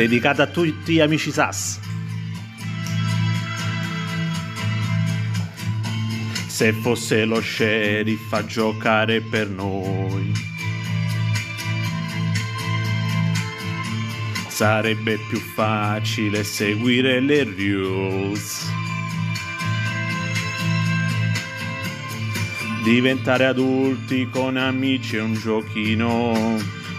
dedicata a tutti gli amici Sass. Se fosse lo sheriff a giocare per noi, sarebbe più facile seguire le rules. Diventare adulti con amici è un giochino.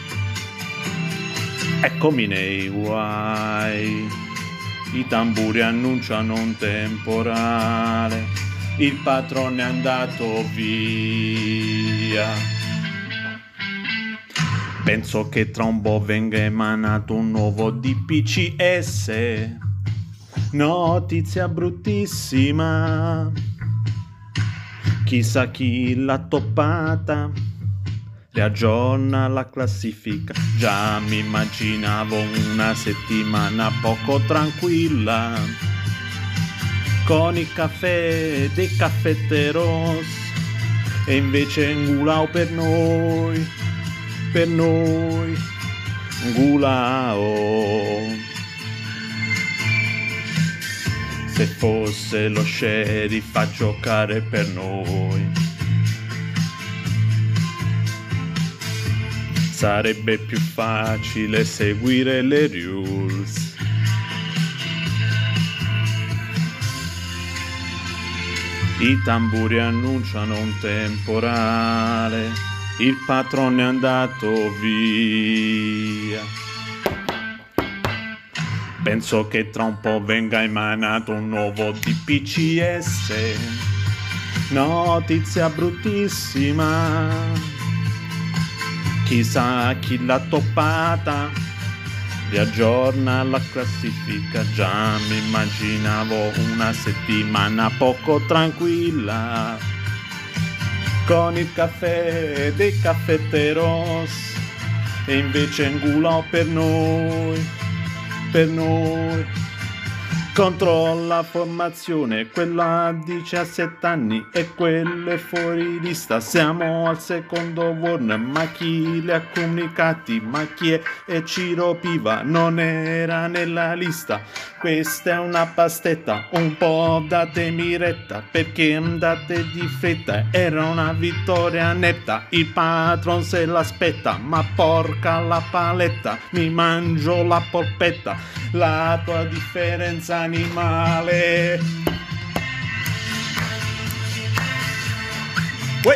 Eccomi nei guai. I tamburi annunciano un temporale. Il patrone è andato via. Penso che tra un po' venga emanato un nuovo DPCS. Notizia bruttissima. Chissà chi l'ha toppata, riaggiorna la classifica. Già mi immaginavo una settimana poco tranquilla, con il caffè dei caffetteros, e invece Ngulao per noi, Ngulao. Se fosse lo sheriff a giocare per noi, sarebbe più facile seguire le rules. I tamburi annunciano un temporale, il patrone è andato via. Penso che tra un po' venga emanato un nuovo DPCS. Notizia bruttissima. Chissà chi l'ha toppata, riaggiorna la classifica. Già mi immaginavo una settimana poco tranquilla, con il caffè dei caffetteros, e invece Ngulao per noi. Contro la formazione, quella a 17 anni e quelle fuori lista. Siamo al secondo warn, ma chi li ha comunicati? Ma chi è? E Ciro Piva non era nella lista. Questa è una pastetta, un po' datemi retta, perché andate di fretta, era una vittoria netta. Il patron se l'aspetta, ma porca la paletta, mi mangio la polpetta, la tua differenza animale. Uè.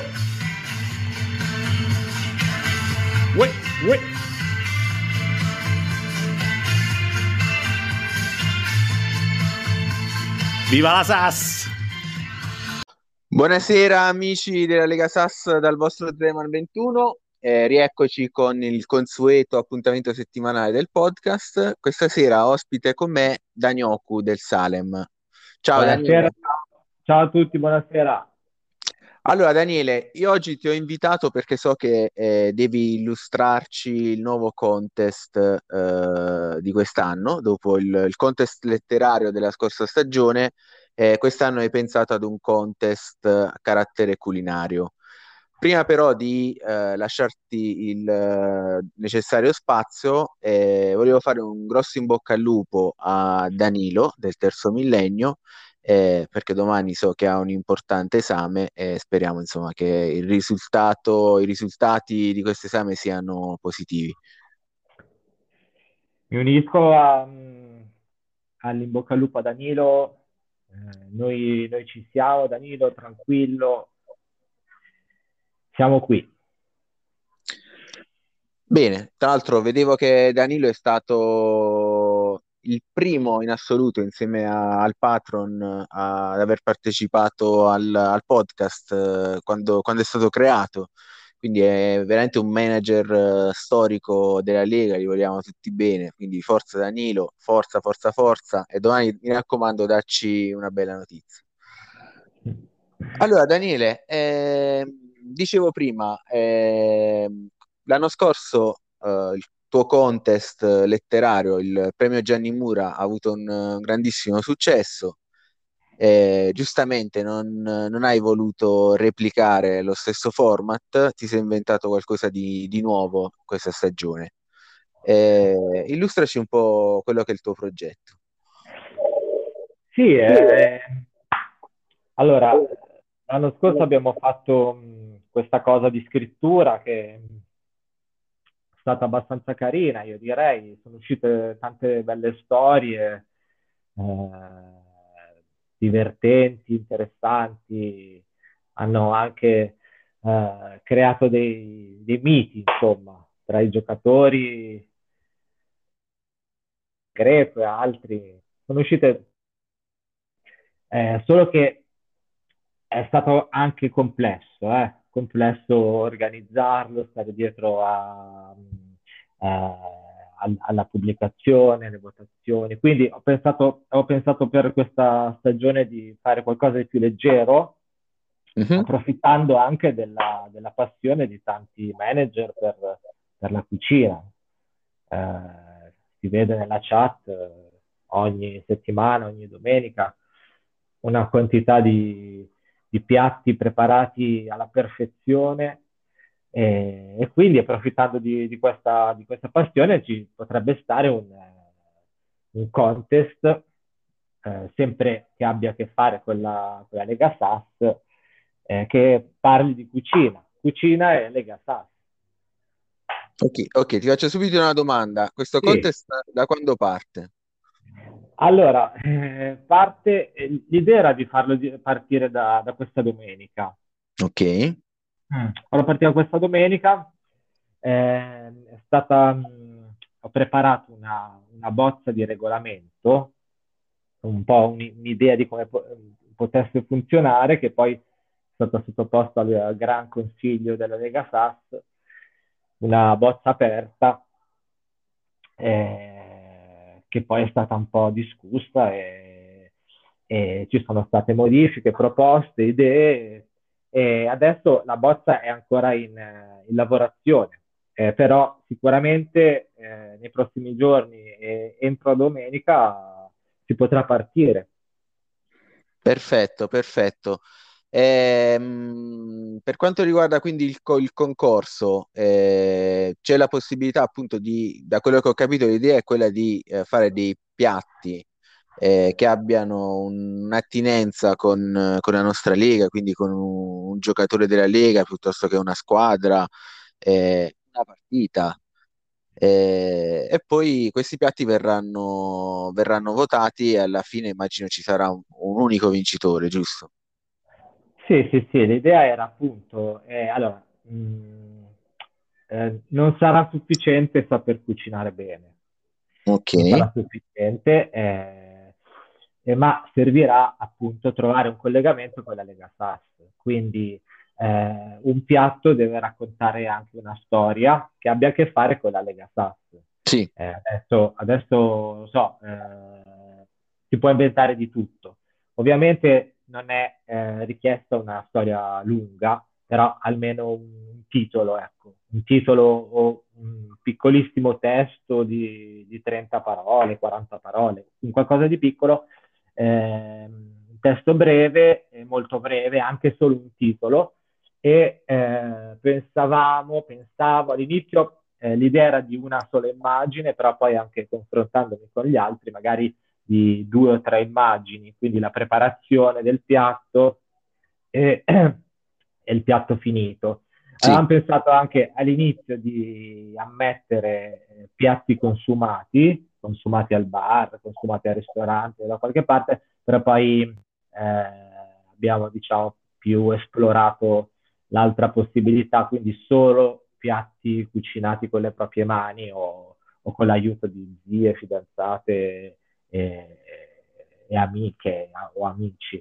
Viva la SAS! Buonasera amici della Lega Sass dal vostro Zeman 21, rieccoci con il consueto appuntamento settimanale del podcast. Questa sera ospite con me Danioku del Salem. Ciao Buonasera, Daniele. ciao a tutti, buonasera. Allora Daniele, io oggi ti ho invitato perché so che devi illustrarci il nuovo contest di quest'anno, dopo il contest letterario della scorsa stagione. Quest'anno hai pensato ad un contest a carattere culinario. Prima però di lasciarti il necessario spazio, volevo fare un grosso in bocca al lupo a Danilo del Terzo Millennio, perché domani so che ha un importante esame e speriamo insomma che i risultati di questo esame siano positivi. Mi unisco all'in bocca al lupo a Danilo. Noi ci siamo, Danilo, tranquillo, siamo qui. Bene, tra l'altro vedevo che Danilo è stato il primo in assoluto insieme al patron ad aver partecipato al podcast quando è stato creato, quindi è veramente un manager storico della Lega, gli vogliamo tutti bene, quindi forza Danilo, forza, forza, forza, e domani mi raccomando dacci una bella notizia. Allora, Daniele, dicevo prima, l'anno scorso il tuo contest letterario, il premio Gianni Mura, ha avuto un grandissimo successo. Giustamente non hai voluto replicare lo stesso format, ti sei inventato qualcosa di nuovo questa stagione. Illustraci un po' quello che è il tuo progetto. Sì, allora, l'anno scorso abbiamo fatto questa cosa di scrittura che è stata abbastanza carina, io direi. Sono uscite tante belle storie, divertenti, interessanti. Hanno anche creato dei miti, insomma, tra i giocatori greco e altri. Sono uscite, solo che è stato anche complesso, complesso organizzarlo, stare dietro alla pubblicazione, alle votazioni. Quindi ho pensato per questa stagione di fare qualcosa di più leggero, Mhm. approfittando anche della passione di tanti manager per la cucina. Si vede nella chat ogni settimana, ogni domenica, una quantità di piatti preparati alla perfezione, e quindi approfittando di questa passione ci potrebbe stare un contest, sempre che abbia a che fare con la Lega SAS, che parli di cucina, cucina e Lega SAS. Ok, ok, ti faccio subito una domanda. Questo Sì. contest da quando parte? Allora, l'idea era di farlo partire da questa domenica. Ok, Allora, partiamo questa domenica. È stata, ho preparato una bozza di regolamento, un po' un'idea di come potesse funzionare, che poi è stata sottoposta al Gran Consiglio della Lega SAS, una bozza aperta, che poi è stata un po' discussa, e ci sono state modifiche, proposte, idee, e adesso la bozza è ancora in lavorazione. Però sicuramente nei prossimi giorni e entro domenica si potrà partire. perfetto, perfetto. Per quanto riguarda quindi il concorso, c'è la possibilità appunto da quello che ho capito, l'idea è quella di fare dei piatti che abbiano un'attinenza con la nostra lega, quindi con un giocatore della lega piuttosto che una squadra, una partita. E poi questi piatti verranno votati e alla fine immagino ci sarà un unico vincitore, giusto? Sì, sì, sì, l'idea era appunto, allora, non sarà sufficiente saper cucinare bene, Ok, non sarà sufficiente, ma servirà appunto trovare un collegamento con la Lega SAS. Quindi un piatto deve raccontare anche una storia che abbia a che fare con la Lega SAS. sì, Adesso lo so, si può inventare di tutto. Ovviamente non è richiesta una storia lunga, però almeno un titolo, ecco, un titolo o un piccolissimo testo di 30 parole, 40 parole, un qualcosa di piccolo, un testo breve, molto breve, anche solo un titolo. E pensavo all'inizio, l'idea era di una sola immagine, però poi anche confrontandomi con gli altri, magari di due o tre immagini, quindi la preparazione del piatto e il piatto finito. sì, Avevamo pensato anche all'inizio di ammettere piatti consumati al bar, consumati al ristorante o da qualche parte, però poi abbiamo, diciamo, più esplorato l'altra possibilità, quindi solo piatti cucinati con le proprie mani o con l'aiuto di zie, fidanzate e, e amiche o amici.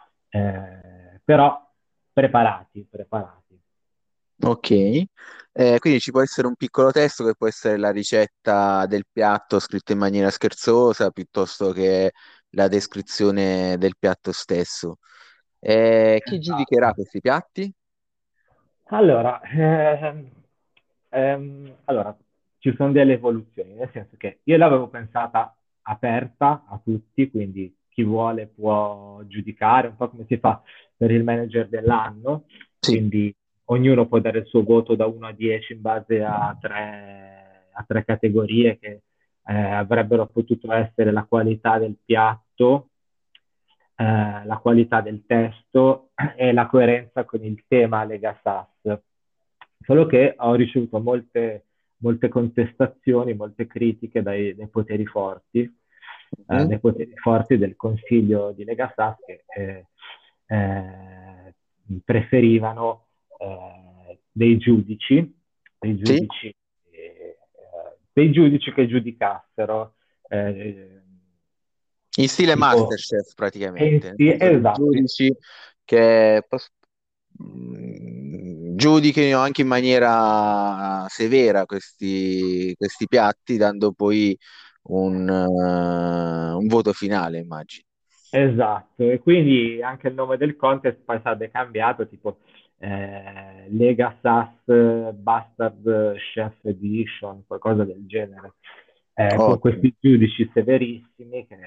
Però preparati, preparati. ok. Quindi ci può essere un piccolo testo che può essere la ricetta del piatto scritto in maniera scherzosa piuttosto che la descrizione del piatto stesso. Chi giudicherà Esatto. questi piatti? Allora, allora, ci sono delle evoluzioni, nel senso che io l'avevo pensata aperta a tutti, quindi chi vuole può giudicare, un po' come si fa per il manager dell'anno, Sì, quindi ognuno può dare il suo voto da 1 a 10 in base a a tre categorie che avrebbero potuto essere la qualità del piatto, la qualità del testo e la coerenza con il tema Lega SAS. Solo che ho ricevuto molte contestazioni, molte critiche Mhm. dai poteri forti del Consiglio di Lega SAS che eh, preferivano dei Sì, giudici, dei giudici che giudicassero eh, in stile tipo, MasterChef praticamente, nel senso dei esatto, giudici che giudichino anche in maniera severa questi piatti, dando poi un voto finale, immagino. esatto, e quindi anche il nome del contest poi sarebbe cambiato, tipo Lega SAS Bastard Chef Edition, qualcosa del genere, con Ottimo. questi giudici severissimi che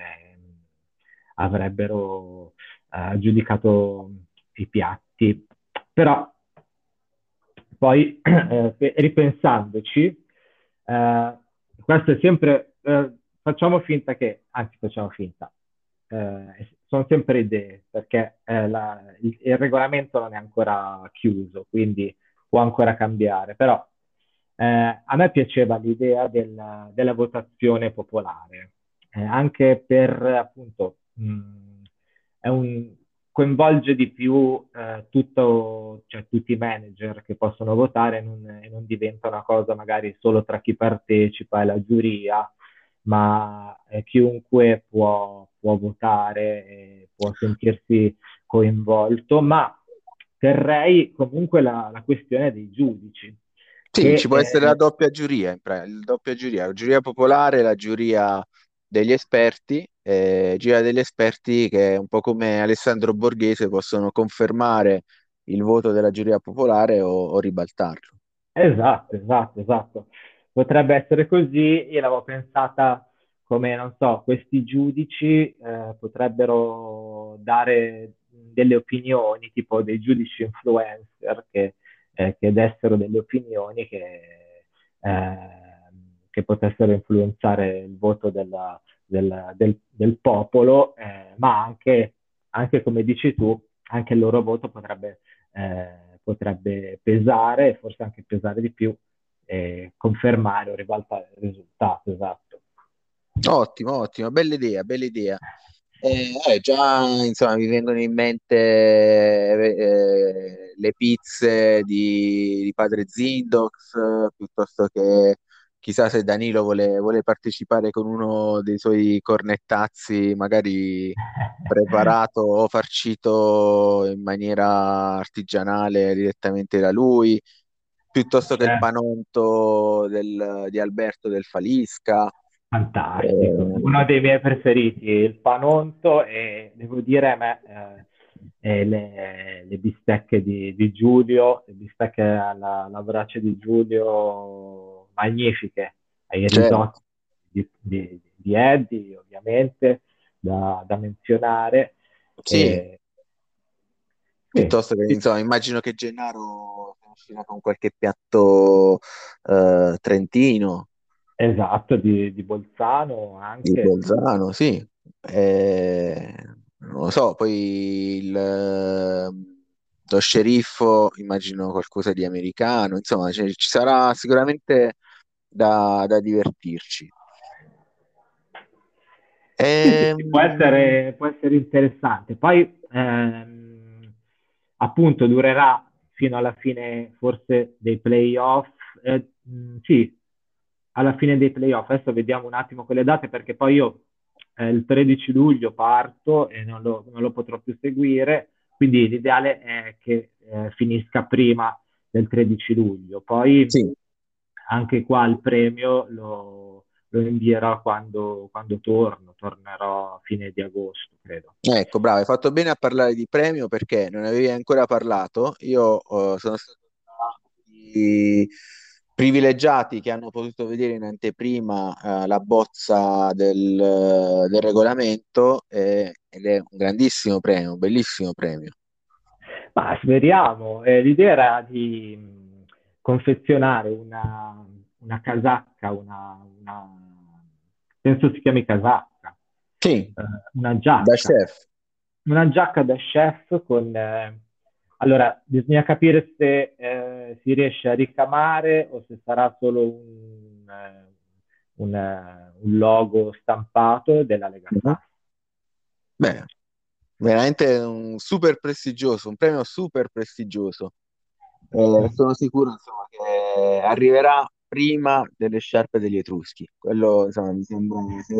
avrebbero giudicato i piatti. Però poi, ripensandoci, questo è sempre, facciamo finta che, anzi facciamo finta, sono sempre idee, perché il regolamento non è ancora chiuso, quindi può ancora cambiare, però a me piaceva l'idea della votazione popolare, anche per appunto è un, coinvolge di più cioè, tutti i manager che possono votare e non diventa una cosa magari solo tra chi partecipa e la giuria, ma chiunque può votare, e può sentirsi coinvolto, ma terrei comunque la questione dei giudici, Sì, ci che può essere la doppia giuria, il doppia giuria, la giuria popolare e la giuria degli esperti, giuria degli esperti che un po' come Alessandro Borghese possono confermare il voto della giuria popolare o ribaltarlo. esatto, esatto, esatto. Potrebbe essere così. Io l'avevo pensata come, non so, questi giudici potrebbero dare delle opinioni, tipo dei giudici influencer che dessero delle opinioni che potessero influenzare il voto del popolo, ma anche come dici tu, anche il loro voto potrebbe pesare, forse anche pesare di più, e confermare o ribaltare il risultato, esatto. Ottimo, ottimo, bella idea, bella idea. Già, insomma, mi vengono in mente le pizze di Padre Zindox, piuttosto che chissà se Danilo vuole partecipare con uno dei suoi cornettazzi, magari preparato o farcito in maniera artigianale direttamente da lui, piuttosto che il Cioè, panonto di Alberto del Falisca. fantastico, Eh, uno dei miei preferiti, il panonto e devo dire a me le bistecche di Giulio, le bistecche alla brace di Giulio, magnifiche, ai certo. risotti di Eddie ovviamente da menzionare. Sì, E, sì, piuttosto che, sì, insomma, immagino che Gennaro uscirà con qualche piatto trentino, esatto, di Bolzano di anche. Bolzano, sì. Non lo so, poi lo sceriffo, immagino qualcosa di americano, insomma, ci sarà sicuramente da divertirci. Sì, sì, sì, Ehm, può essere interessante. Poi, appunto, durerà fino alla fine, forse, dei playoff. Sì, alla fine dei playoff. Adesso vediamo un attimo quelle date, perché poi io il 13 luglio parto e non lo potrò più seguire, quindi l'ideale è che finisca prima del 13 luglio. Poi sì. anche qua il premio lo invierò quando tornerò a fine di agosto, credo. Ecco, bravo, hai fatto bene a parlare di premio perché non avevi ancora parlato. Io sono stato tra i privilegiati che hanno potuto vedere in anteprima la bozza del regolamento ed è un grandissimo premio, un bellissimo premio. Ma speriamo. L'idea era di confezionare una casacca, penso si chiami casacca, Sì, una da giacca, chef. una giacca da chef con... allora, bisogna capire se si riesce a ricamare o se sarà solo un logo stampato della Lega Mhm. Sass. Beh, veramente un super prestigioso, un premio super prestigioso. Sono sicuro, insomma, che arriverà prima delle sciarpe degli Etruschi. Quello, insomma, mi sembra se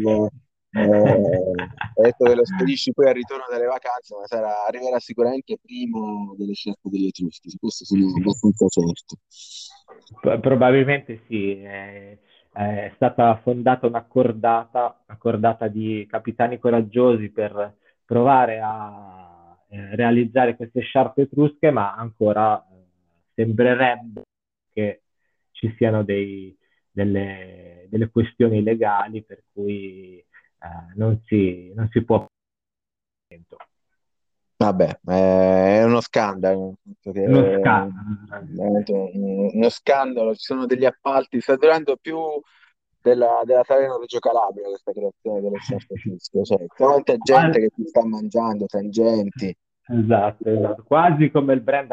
hai detto che lo spedisci poi al ritorno dalle vacanze, ma arriverà sicuramente prima delle sciarpe degli Etruschi. Su questo sono abbastanza certo. Probabilmente sì, è stata fondata una cordata di capitani coraggiosi per provare a realizzare queste sciarpe etrusche, ma ancora sembrerebbe che ci siano delle questioni legali per cui non si può. Vabbè, è uno scandalo, nel senso che Uno è scandalo. veramente uno scandalo. Ci sono degli appalti, sta durando più della Salerno-Reggio Calabria questa creazione delle sciarpe fisiche. Cioè, c'è molta gente Quasi- che si sta mangiando tangenti, esatto, esatto, quasi come il brand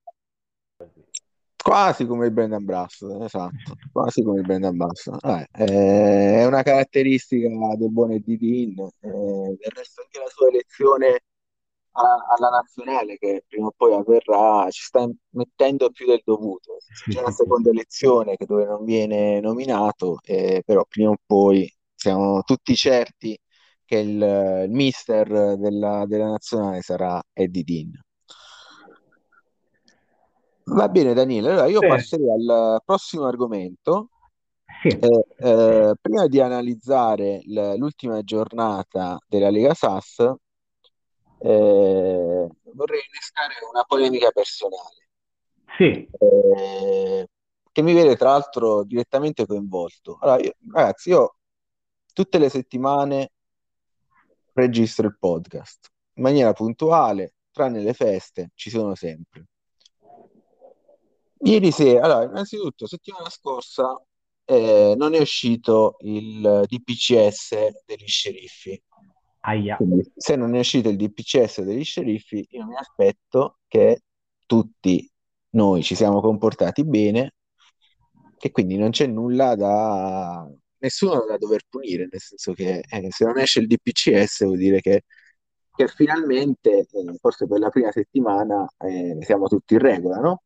quasi come il brand ambassador, esatto, quasi come il brand ambassador. È una caratteristica del buon Eddie Dean, del resto anche la sua elezione alla nazionale che prima o poi avverrà, ci sta mettendo più del dovuto. C'è Sì, già la sì, sì, seconda sì. elezione dove non viene nominato, però prima o poi siamo tutti certi che il mister della nazionale sarà Eddie Dean. Va bene, Daniele, allora io Bene, passerei al prossimo argomento. sì, Prima di analizzare l'ultima giornata della Lega SAS, vorrei innescare una polemica personale, sì, eh, che mi vede tra l'altro direttamente coinvolto. Allora, ragazzi, io tutte le settimane registro il podcast in maniera puntuale, tranne le feste, ci sono sempre. Ieri sera, allora, innanzitutto, settimana scorsa non è uscito il DPCS degli sceriffi. aia. Quindi, se non è uscito il DPCS degli sceriffi, io mi aspetto che tutti noi ci siamo comportati bene, che quindi non c'è nulla da nessuno da dover punire, nel senso che se non esce il DPCS vuol dire che finalmente, forse per la prima settimana, siamo tutti in regola, no?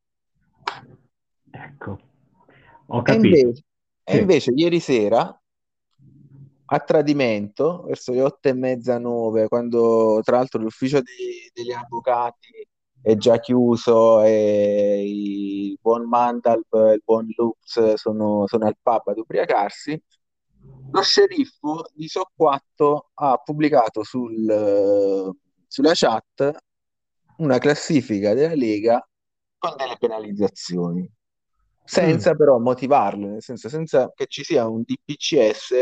Ecco, ho E capito. invece, e Sì. invece ieri sera, a tradimento, verso le 8:30, 9, quando tra l'altro l'ufficio degli avvocati è già chiuso e il buon Mandalp e il buon Lux sono al pub ad ubriacarsi, lo sceriffo di Soppiatto ha pubblicato sulla chat una classifica della Lega con delle penalizzazioni, Mm, senza però motivarlo, nel senso senza che ci sia un DPCS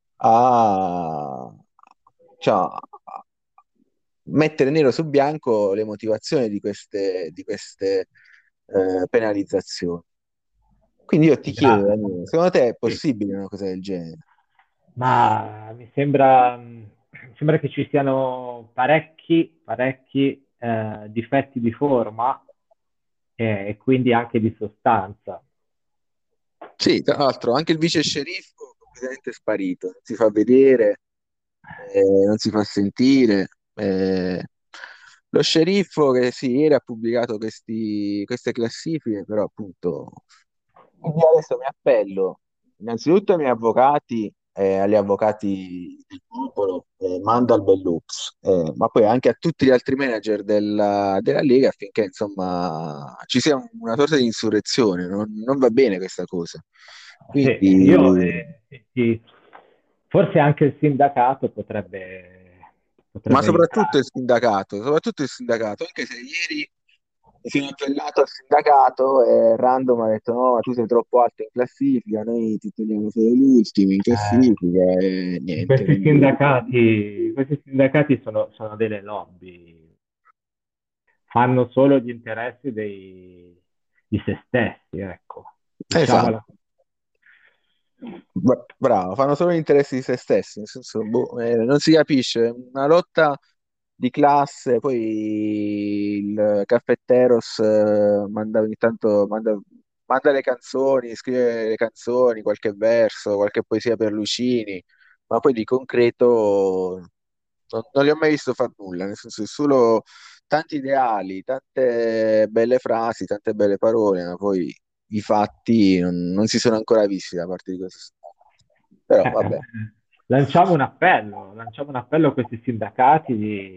a, cioè, a mettere nero su bianco le motivazioni di queste penalizzazioni. Quindi io ti chiedo, gra- Daniele, secondo te è sì. possibile una cosa del genere? Ma mi sembra che ci siano parecchi difetti di forma e quindi anche di sostanza. Sì, tra l'altro anche il vice sceriffo è completamente sparito, non si fa vedere, non si fa sentire. Lo sceriffo che sì, ieri ha pubblicato queste classifiche, però appunto io adesso mi appello innanzitutto ai miei avvocati, agli avvocati del popolo, mando al Bellux, ma poi anche a tutti gli altri manager della Lega affinché insomma ci sia una sorta di insurrezione, non va bene questa cosa. Sì, io Quindi, sì, forse anche il sindacato ma potrebbe aiutare. soprattutto il sindacato, anche se ieri mi sono appellato al sindacato e Random ha detto no, tu sei troppo alto in classifica, noi ti teniamo solo gli ultimi in classifica e niente, quindi Questi sindacati sono delle lobby, fanno solo gli interessi di se stessi, ecco, esatto. diciamola. Bravo, fanno solo gli interessi di se stessi, nel senso, boh, non si capisce, una lotta di classe, poi il Caffetteros manda ogni tanto manda le canzoni, scrive le canzoni, qualche verso, qualche poesia per Lucini, ma poi di concreto non li ho mai visto far nulla, nel senso solo tanti ideali, tante belle frasi, tante belle parole, ma poi i fatti non si sono ancora visti da parte di questo Stato. Però vabbè. Lanciamo un appello a questi sindacati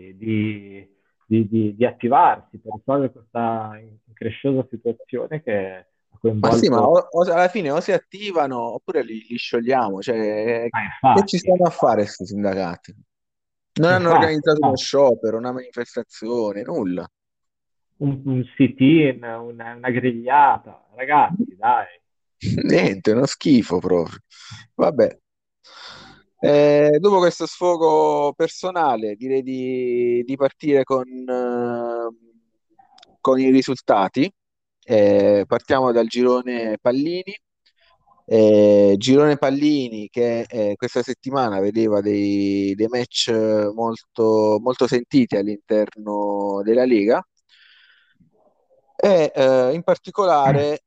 di attivarsi per risolvere questa incresciosa situazione che ha Ma sì, ma coinvolto. alla fine o si attivano oppure li sciogliamo, cioè che ci Infatti, stanno a fare questi sindacati? Non hanno infatti, organizzato uno no. sciopero, una manifestazione, nulla. Un sit-in, una grigliata, ragazzi, dai. Niente, uno schifo proprio. Vabbè. Dopo questo sfogo personale, direi di partire con i risultati. Partiamo dal girone Pallini. Girone Pallini che questa settimana vedeva dei match molto, molto sentiti all'interno della Lega. E in particolare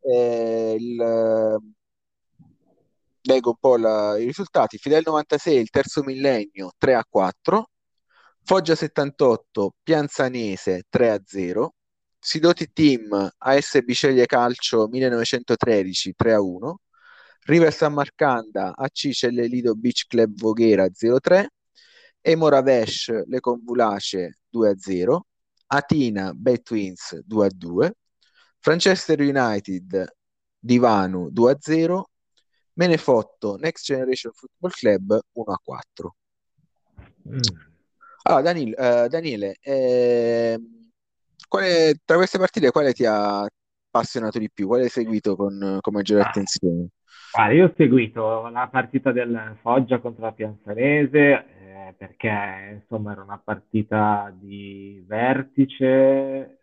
leggo un po' i risultati. Fidel 96, il terzo millennio 3-4, Foggia 78, Pianzanese 3-0, Sidoti Team AS Biceglie Calcio 1913 3-1, River San Marcanda AC Cellelido Beach Club Voghera 0-3, Emoravesh Le Convulace 2-0, Atina Bay Twins 2-2, Manchester United Divanu 2-0, Menefotto Next Generation Football Club 1-4. Mm. Allora, Daniele, tra queste partite quale ti ha appassionato di più? Quale hai seguito con maggiore Ah, attenzione? guarda, io ho seguito la partita del Foggia contro la Pianzanese perché insomma era una partita di vertice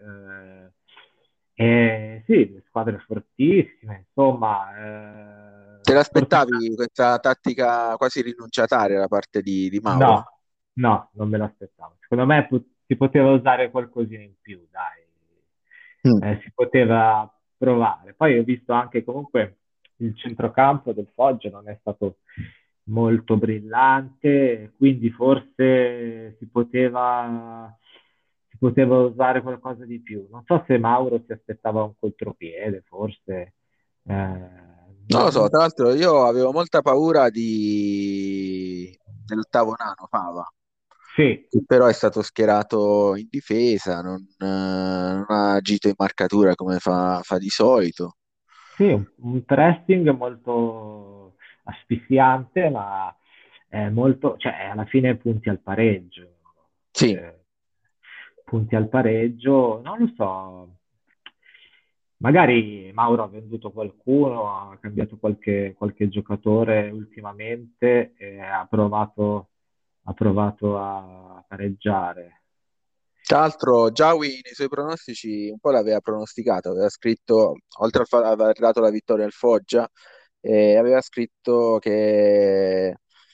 e sì, le squadre fortissime, insomma, Te fortunatamente. l'aspettavi questa tattica quasi rinunciataria da parte di Mauro? No, no, non me l'aspettavo. Secondo me si poteva usare qualcosina in più, dai. Mm. Si poteva provare. Poi ho visto anche comunque il centrocampo del Foggia non è stato molto brillante, quindi forse si poteva usare qualcosa di più. Non so se Mauro si aspettava un contropiede, forse. Non lo so, tra l'altro io avevo molta paura dell'ottavo nano, Fava, Sì, che però è stato schierato in difesa, non ha agito in marcatura come fa di solito. sì, un pressing molto asfissiante, ma molto, cioè alla fine punti al pareggio. Sì, Eh, punti al pareggio, non lo so. Magari Mauro ha venduto qualcuno, ha cambiato qualche giocatore ultimamente e ha provato a pareggiare. tra l'altro Giawi nei suoi pronostici un po' l'aveva pronosticato, aveva scritto, oltre ad aver dato la vittoria al Foggia, aveva scritto che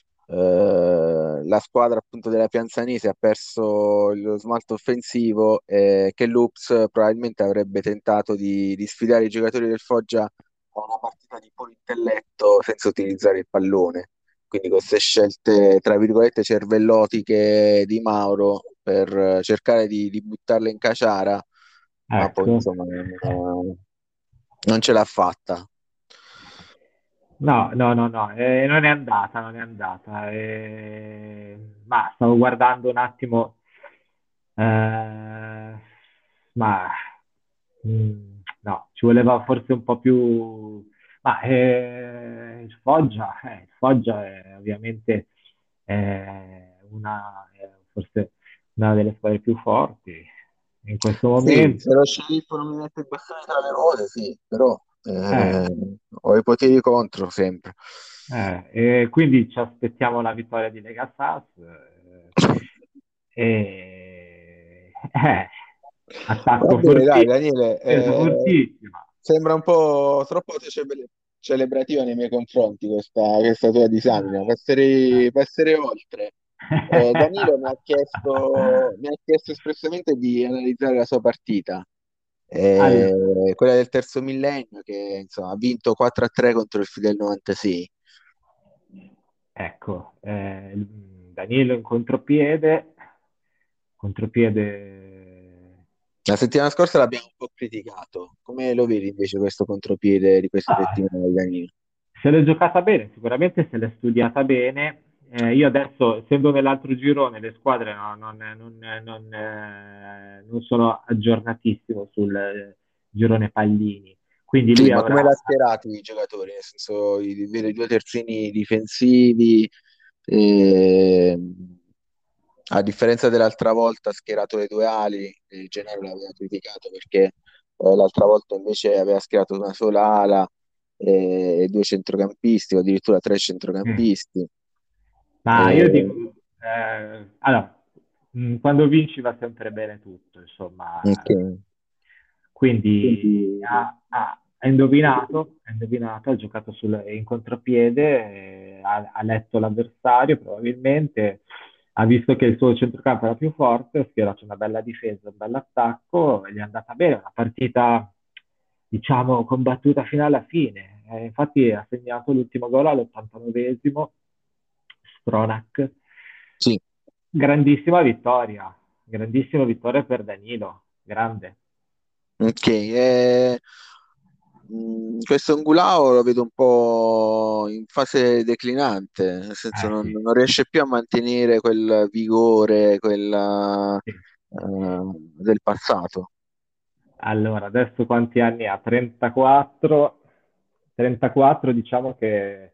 la squadra appunto della Pianzanese ha perso lo smalto offensivo e che l'Ups probabilmente avrebbe tentato di sfidare i giocatori del Foggia a una partita di puro intelletto senza utilizzare il pallone. Quindi queste scelte, tra virgolette, cervellotiche di Mauro per cercare di buttarle in caciara, ma poi Ecco. insomma non ce l'ha fatta. No, no, no, no, non è andata, non è andata. Ma stavo guardando un attimo, ma no, ci voleva forse un po' più. Ma il Foggia è ovviamente forse una delle squadre più forti in questo Sì, momento. se lo sceriffo non mi mette il bastone tra le ruote, sì, però Eh, ho i poteri contro sempre. e quindi ci aspettiamo la vittoria di Lega Sass. Va Attacco bene, dai, fortissimo, Daniele, difesa fortissima. sembra un po' troppo celebrativa nei miei confronti questa tua disamina. Passerei oltre. Danilo mi ha chiesto espressamente di analizzare la sua partita, Allora, quella del terzo millennio, che insomma, ha vinto 4-3 contro il Fidel 96. ecco, Danilo in contropiede, contropiede. La settimana scorsa l'abbiamo un po' criticato. Come lo vedi invece questo contropiede di questa Ah, settimana di Danilo? se l'è giocata bene, sicuramente se l'è studiata bene. Io adesso, essendo nell'altro girone, le squadre non sono aggiornatissimo sul girone Pallini, quindi Sì, lui ma come avrà. l'ha schierato i giocatori? Nel senso, vede i due terzini difensivi, eh, a differenza dell'altra volta ha schierato le due ali, Gennaro l'aveva criticato perché l'altra volta invece aveva schierato una sola ala e due centrocampisti, o addirittura tre Mm. centrocampisti. Ma io dico, Eh, allora, quando vinci va sempre bene tutto, insomma. ok. Quindi ha indovinato, ha giocato in contropiede, ha letto l'avversario probabilmente, ha visto che il suo centrocampo era più forte, ha schierato una bella difesa, un bell'attacco e gli è andata bene, una partita, diciamo, combattuta fino alla fine. Infatti ha segnato l'ultimo gol all'89esimo, Stronach. Sì. Grandissima vittoria per Danilo, grande. Ok, questo Ungulao lo vedo un po' in fase declinante, nel senso Sì, non riesce più a mantenere quel vigore, sì. del passato. Allora, adesso quanti anni ha? 34. 34, diciamo che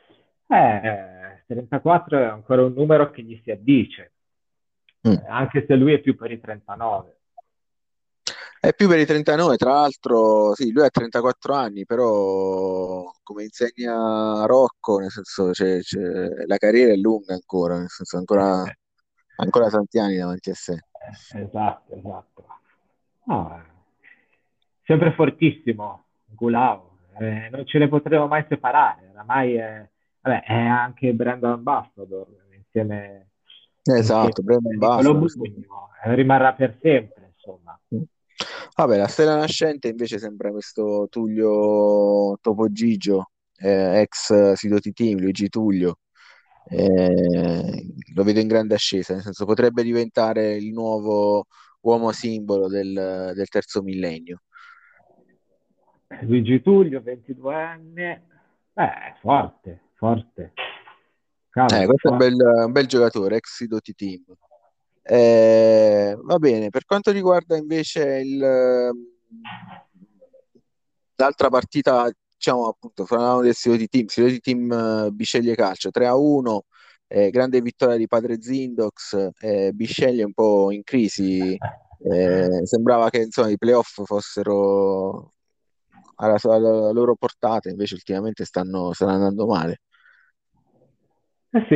34 è ancora un numero che gli si addice, Mm. anche se lui è più per i 39. È più per i 39, tra l'altro, sì, lui ha 34 anni, però come insegna Rocco, nel senso, la carriera è lunga ancora, nel senso, ancora tanti anni davanti a sé. Esatto, esatto. No, sempre fortissimo, Gulau. Non ce ne potremo mai separare. Oramai vabbè, è anche brand ambassador insieme Esatto, Brandon a Niccolò Basso. Sì. Bugno. Rimarrà per sempre, insomma. Vabbè, la stella nascente invece sembra questo Tullio Topo Gigio, ex Sidoti Team, Luigi Tullio. Lo vedo in grande ascesa, nel senso potrebbe diventare il nuovo uomo simbolo del terzo millennio. Luigi Tullio, 22enne. Forte, forte. Cavolo, Questo è forte. un bel giocatore, ex Sidoti Team. Va bene, per quanto riguarda invece l'altra partita, diciamo appunto, parlavamo del Sidoti Team Bisceglie Calcio 3-1, grande vittoria di Padre Zindox, Bisceglie un po' in crisi, sembrava che insomma i playoff fossero alla loro portata, invece ultimamente stanno andando male. Sì,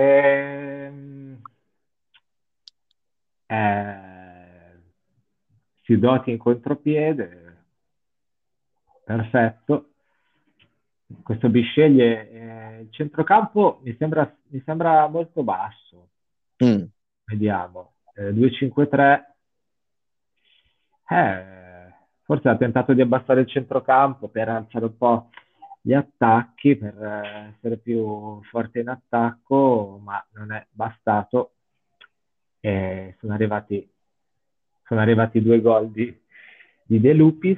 eh, Sidoti in contropiede, perfetto. Questo Bisceglie, il centrocampo mi sembra molto basso. Mm. Vediamo, 2-5-3. Forse ha tentato di abbassare il centrocampo per alzare un po' gli attacchi, per essere più forte in attacco, ma non è bastato. E sono arrivati due gol di De Lupis.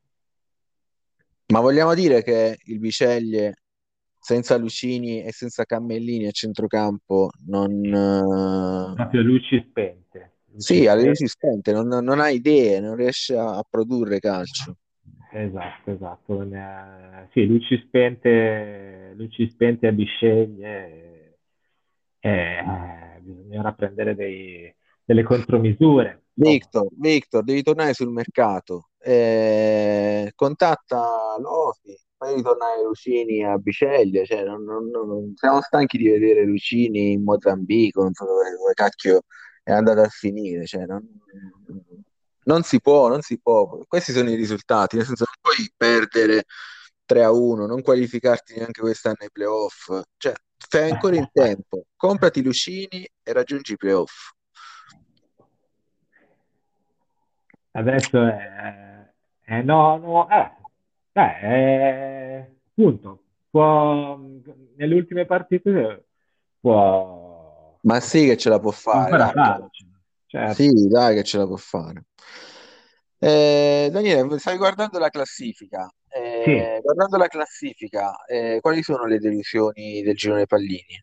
Ma vogliamo dire che il Biceglie senza Lucini e senza Cammellini a centrocampo non. Proprio luci spente, luci Sì, alle spente. luci spente, non ha idee, non riesce a produrre calcio. Esatto, esatto. Sì, luci spente a Bisceglie, bisognerà prendere delle contromisure. Insomma. Victor, devi tornare sul mercato. Contatta Lofi, fai ritornare Lucini a Biceglie. Cioè, siamo stanchi di vedere Lucini in Mozambico, non so dove cacchio è andato a finire. Cioè, non si può. Questi sono i risultati, nel senso non puoi perdere 3-1, non qualificarti neanche quest'anno ai playoff. Cioè, fai ancora in tempo, comprati Lucini e raggiungi i playoff. Adesso no, no, appunto, nelle ultime partite può, Ma sì che ce la può può fare, ancora dai. farci, certo. Sì, dai che ce la può fare. Daniele, stai guardando la classifica. Sì. Guardando la classifica, quali sono le delusioni del girone Pallini?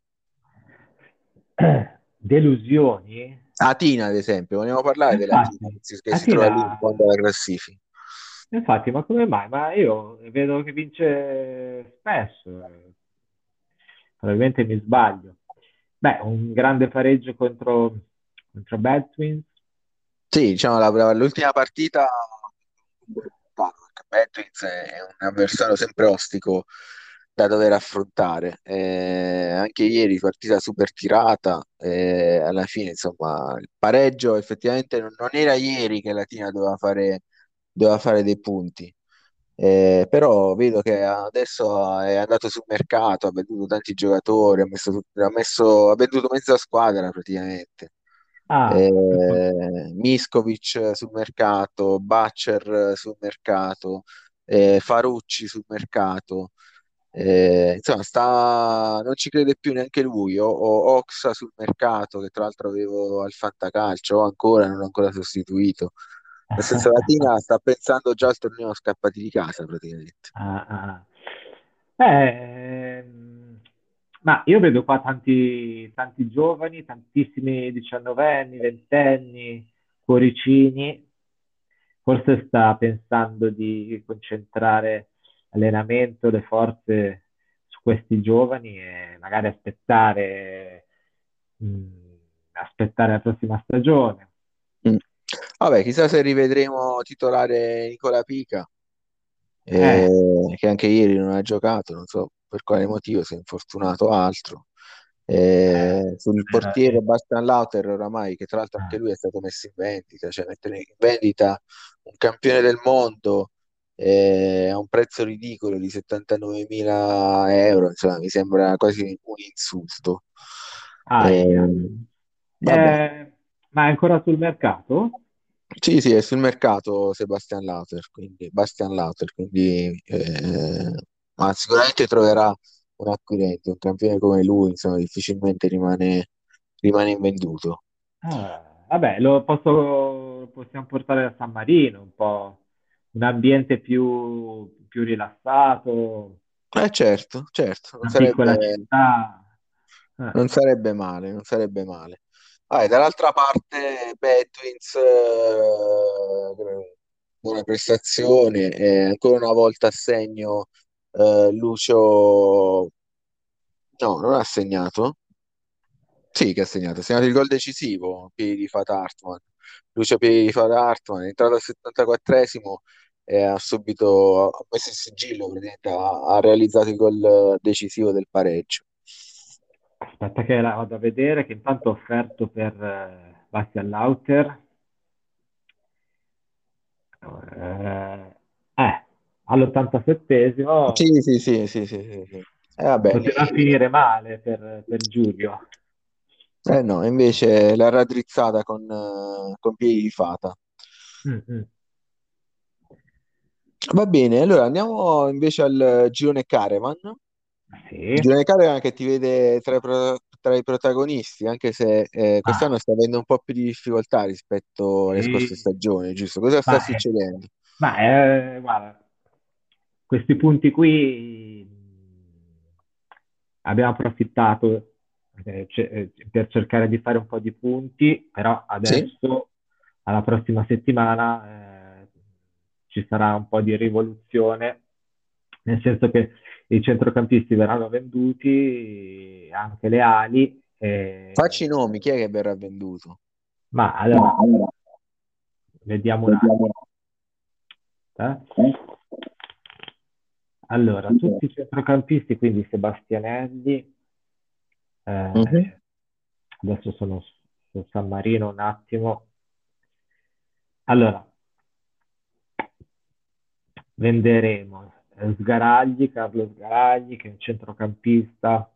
Delusioni? Atina, ad esempio, vogliamo parlare dell'Atina Infatti, che si trova lì in Atina, fondo alla classifica. infatti, ma come mai? Ma io vedo che vince spesso, probabilmente mi sbaglio. Beh, un grande pareggio contro Bad Twins. Sì, diciamo l'ultima partita perché Patriots è un avversario sempre ostico da dover affrontare. Anche ieri partita super tirata, alla fine insomma il pareggio effettivamente non era ieri che la Tina doveva fare dei punti. Però vedo che adesso è andato sul mercato, ha venduto tanti giocatori, ha venduto mezza squadra praticamente. Ah, Miskovic sul mercato, Butcher sul mercato, Farucci sul mercato. Insomma, non ci crede più neanche lui. Ho Oxa sul mercato, che tra l'altro avevo al Fantacalcio, ho ancora, non ho ancora sostituito. Nel senso, la Tina sta pensando già al torneo scappati di casa, praticamente. ah, ah. Ehm, ma io vedo qua tanti, tanti giovani, tantissimi diciannovenni, ventenni, cuoricini. Forse sta pensando di concentrare allenamento, le forze su questi giovani e magari aspettare la prossima stagione. Mm. Vabbè, chissà se rivedremo titolare Nicola Pica, Eh, che anche ieri non ha giocato, non so per quale motivo, si è infortunato o altro. Sul era- portiere Bastian Lauter oramai, che tra l'altro anche ah. lui è stato messo in vendita, cioè mettere in vendita un campione del mondo a un prezzo ridicolo di 79.000 euro, insomma, mi sembra quasi un insulto. Aia. Vabbè, Ma è ancora sul mercato? sì, sì, è sul mercato Bastian Lauter, quindi ma sicuramente troverà un acquirente, un campione come lui, insomma, difficilmente rimane invenduto. Vabbè, possiamo portare a San Marino, un po' un ambiente più rilassato, Certo, certo, non una sarebbe, piccola città. non sarebbe male, non sarebbe male. Dall'altra parte, Bad Twins, buona prestazione, ancora una volta assegno Lucio, no, non ha segnato. Sì, che ha segnato il gol decisivo, piedi di Fat Hartman. Lucio piedi di Fat Hartman, è entrato al 74esimo e ha messo il sigillo, praticamente, ha realizzato il gol decisivo del pareggio. Aspetta che la vado a vedere, che intanto ho offerto per Bastian Lauter. Eh, all'87esimo Sì, sì, sì, sì, sì, sì, sì. Vabbè, poteva finire male per Giulio. no, invece l'ha raddrizzata con piedi di fata. Mm, mm. Va bene, allora andiamo invece al girone Caravan. Il Sì, girone Caravan che ti vede tra i protagonisti, anche se ma, quest'anno sta avendo un po' più di difficoltà rispetto alle scorse sì, stagioni, giusto? Cosa sta ma, eh, succedendo? guarda, questi punti qui abbiamo approfittato per cercare di fare un po' di punti, però Sì? adesso, alla prossima settimana, ci sarà un po' di rivoluzione, nel senso che i centrocampisti verranno venduti, anche le ali, Facci i nomi, chi è che verrà venduto? ma No, allora allora, vediamo un vediamo. attimo. Allora, tutti i centrocampisti, quindi Sebastianelli, Mhm. eh, adesso sono su San Marino un attimo. Allora, venderemo. Carlo Sgaragli, che è un centrocampista,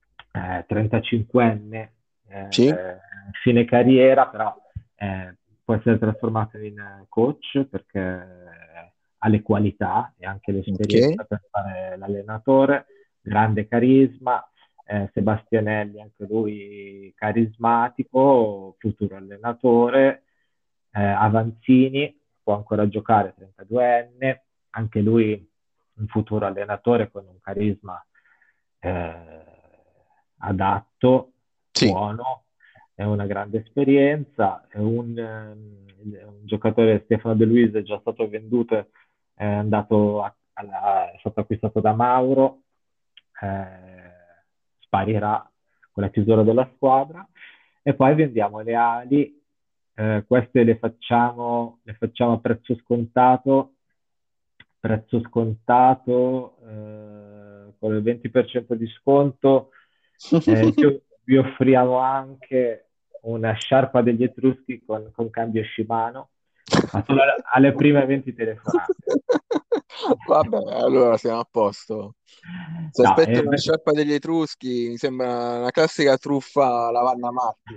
35enne, Sì? fine carriera, però eh, può essere trasformato in coach perché ha le qualità e anche Ok. l'esperienza per fare l'allenatore, grande carisma. Sebastianelli, anche lui carismatico, futuro allenatore. Avanzini può ancora giocare, 32enne, anche lui un futuro allenatore con un carisma eh, adatto, Sì. buono, è una grande esperienza, un giocatore, Stefano De Luise, è già stato venduto, è andato è stato acquistato da Mauro, sparirà con la chiusura della squadra. E poi vendiamo le ali, queste le facciamo a prezzo scontato, con il 20% di sconto. Vi offriamo anche una sciarpa degli Etruschi con cambio Shimano, ma solo alle prime 20 telefonate. Vabbè, allora siamo a posto. Se No, aspetto una sciarpa degli Etruschi, mi sembra una classica truffa alla Vanna Marchi.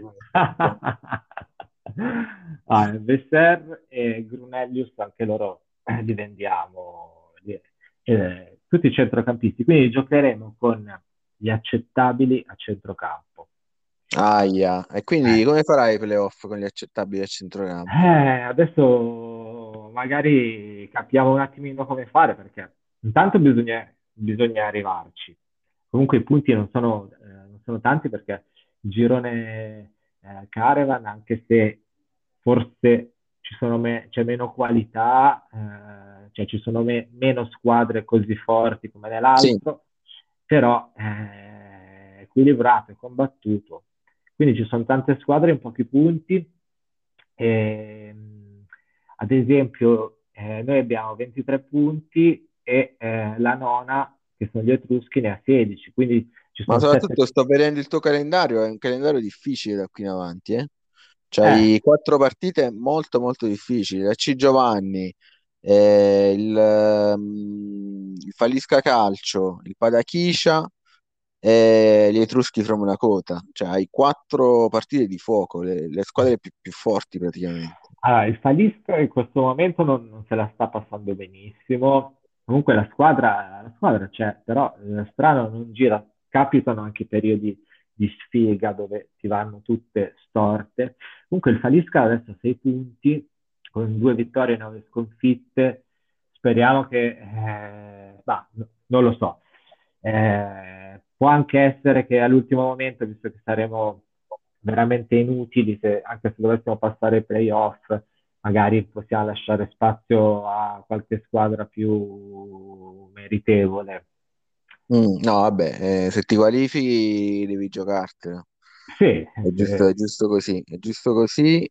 Besser e Grunellius, anche loro li vendiamo, tutti i centrocampisti. Quindi giocheremo con gli accettabili a centrocampo. Aia, e quindi Eh, come farai i playoff con gli accettabili a centrocampo? Adesso magari capiamo un attimino come fare, perché intanto bisogna arrivarci. Comunque i punti non sono tanti, perché il girone Caravan, anche se forse c'è meno qualità, cioè ci sono meno squadre così forti come Sì, nell'altro, però è equilibrato e combattuto. Quindi ci sono tante squadre in pochi punti. Ehm, Ad esempio, noi abbiamo 23 punti e la nona, che sono gli Etruschi, ne ha 16, quindi ci ma sono 7. soprattutto sto vedendo il tuo calendario, è un calendario difficile da qui in avanti, eh? Eh, C'hai quattro partite molto molto difficili, la C Giovanni, il Falisca Calcio, il Padachiscia e gli Etruschi from Lakota, cioè hai quattro partite di fuoco, le squadre più forti praticamente. allora, il Falisca in questo momento non se la sta passando benissimo. Comunque la squadra c'è, però strano non gira. Capitano anche periodi di sfiga dove ti vanno tutte storte. Comunque il Falisca adesso ha 6 punti, con 2 vittorie e 9 sconfitte. Speriamo che, non lo so. Può anche essere che all'ultimo momento, visto che saremo veramente inutili, anche se dovessimo passare ai playoff, magari possiamo lasciare spazio a qualche squadra più meritevole. No, vabbè, se ti qualifichi devi giocartelo. Sì, È giusto così, è giusto così.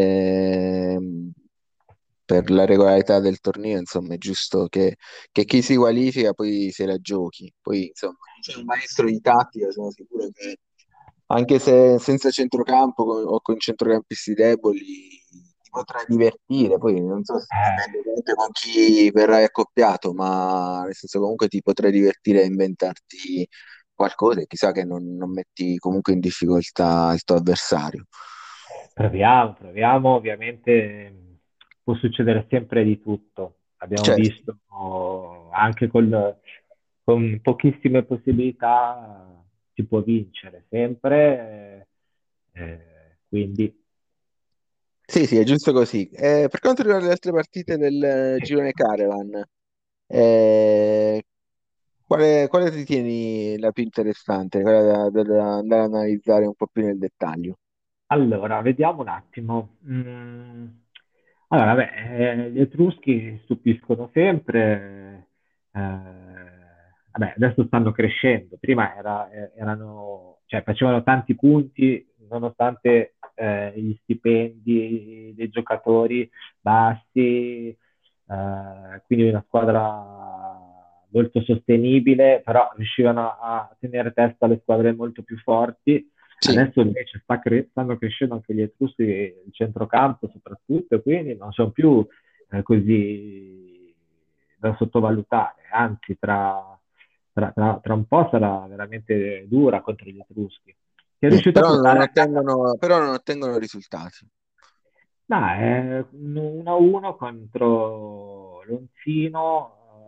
Per la regolarità del torneo, insomma, è giusto che chi si qualifica poi se la giochi. Poi, insomma, c'è un maestro di tattica, sono sicuro che anche se senza centrocampo o con centrocampisti deboli ti potrai divertire. Poi non so se eh, dipende ovviamente con chi verrai accoppiato, ma nel senso comunque ti potrai divertire a inventarti qualcosa e chissà che non metti comunque in difficoltà il tuo avversario. proviamo, ovviamente può succedere sempre di tutto. Abbiamo Certo. visto anche con pochissime possibilità si può vincere sempre, quindi Sì, sì, è giusto così. Per quanto riguarda le altre partite del girone Caravan, eh, quale ritieni la più interessante? Quella da andare ad analizzare un po' più nel dettaglio. allora, vediamo un attimo. Allora, vabbè, gli Etruschi stupiscono sempre. Vabbè, adesso stanno crescendo. Prima erano, cioè, facevano tanti punti nonostante gli stipendi dei giocatori bassi, quindi una squadra molto sostenibile, però riuscivano a tenere testa alle squadre molto più forti. Sì, Adesso invece stanno crescendo anche gli Etruschi, il centrocampo soprattutto, quindi non sono più così da sottovalutare, anzi tra un po' sarà veramente dura contro gli Etruschi, che è riuscito a portare a casa. Però non ottengono risultati. No, è un 1-1 contro Lonzino,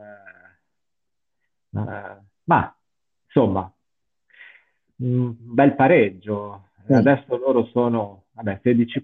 ma insomma, un bel pareggio. Mm. Adesso loro sono, vabbè,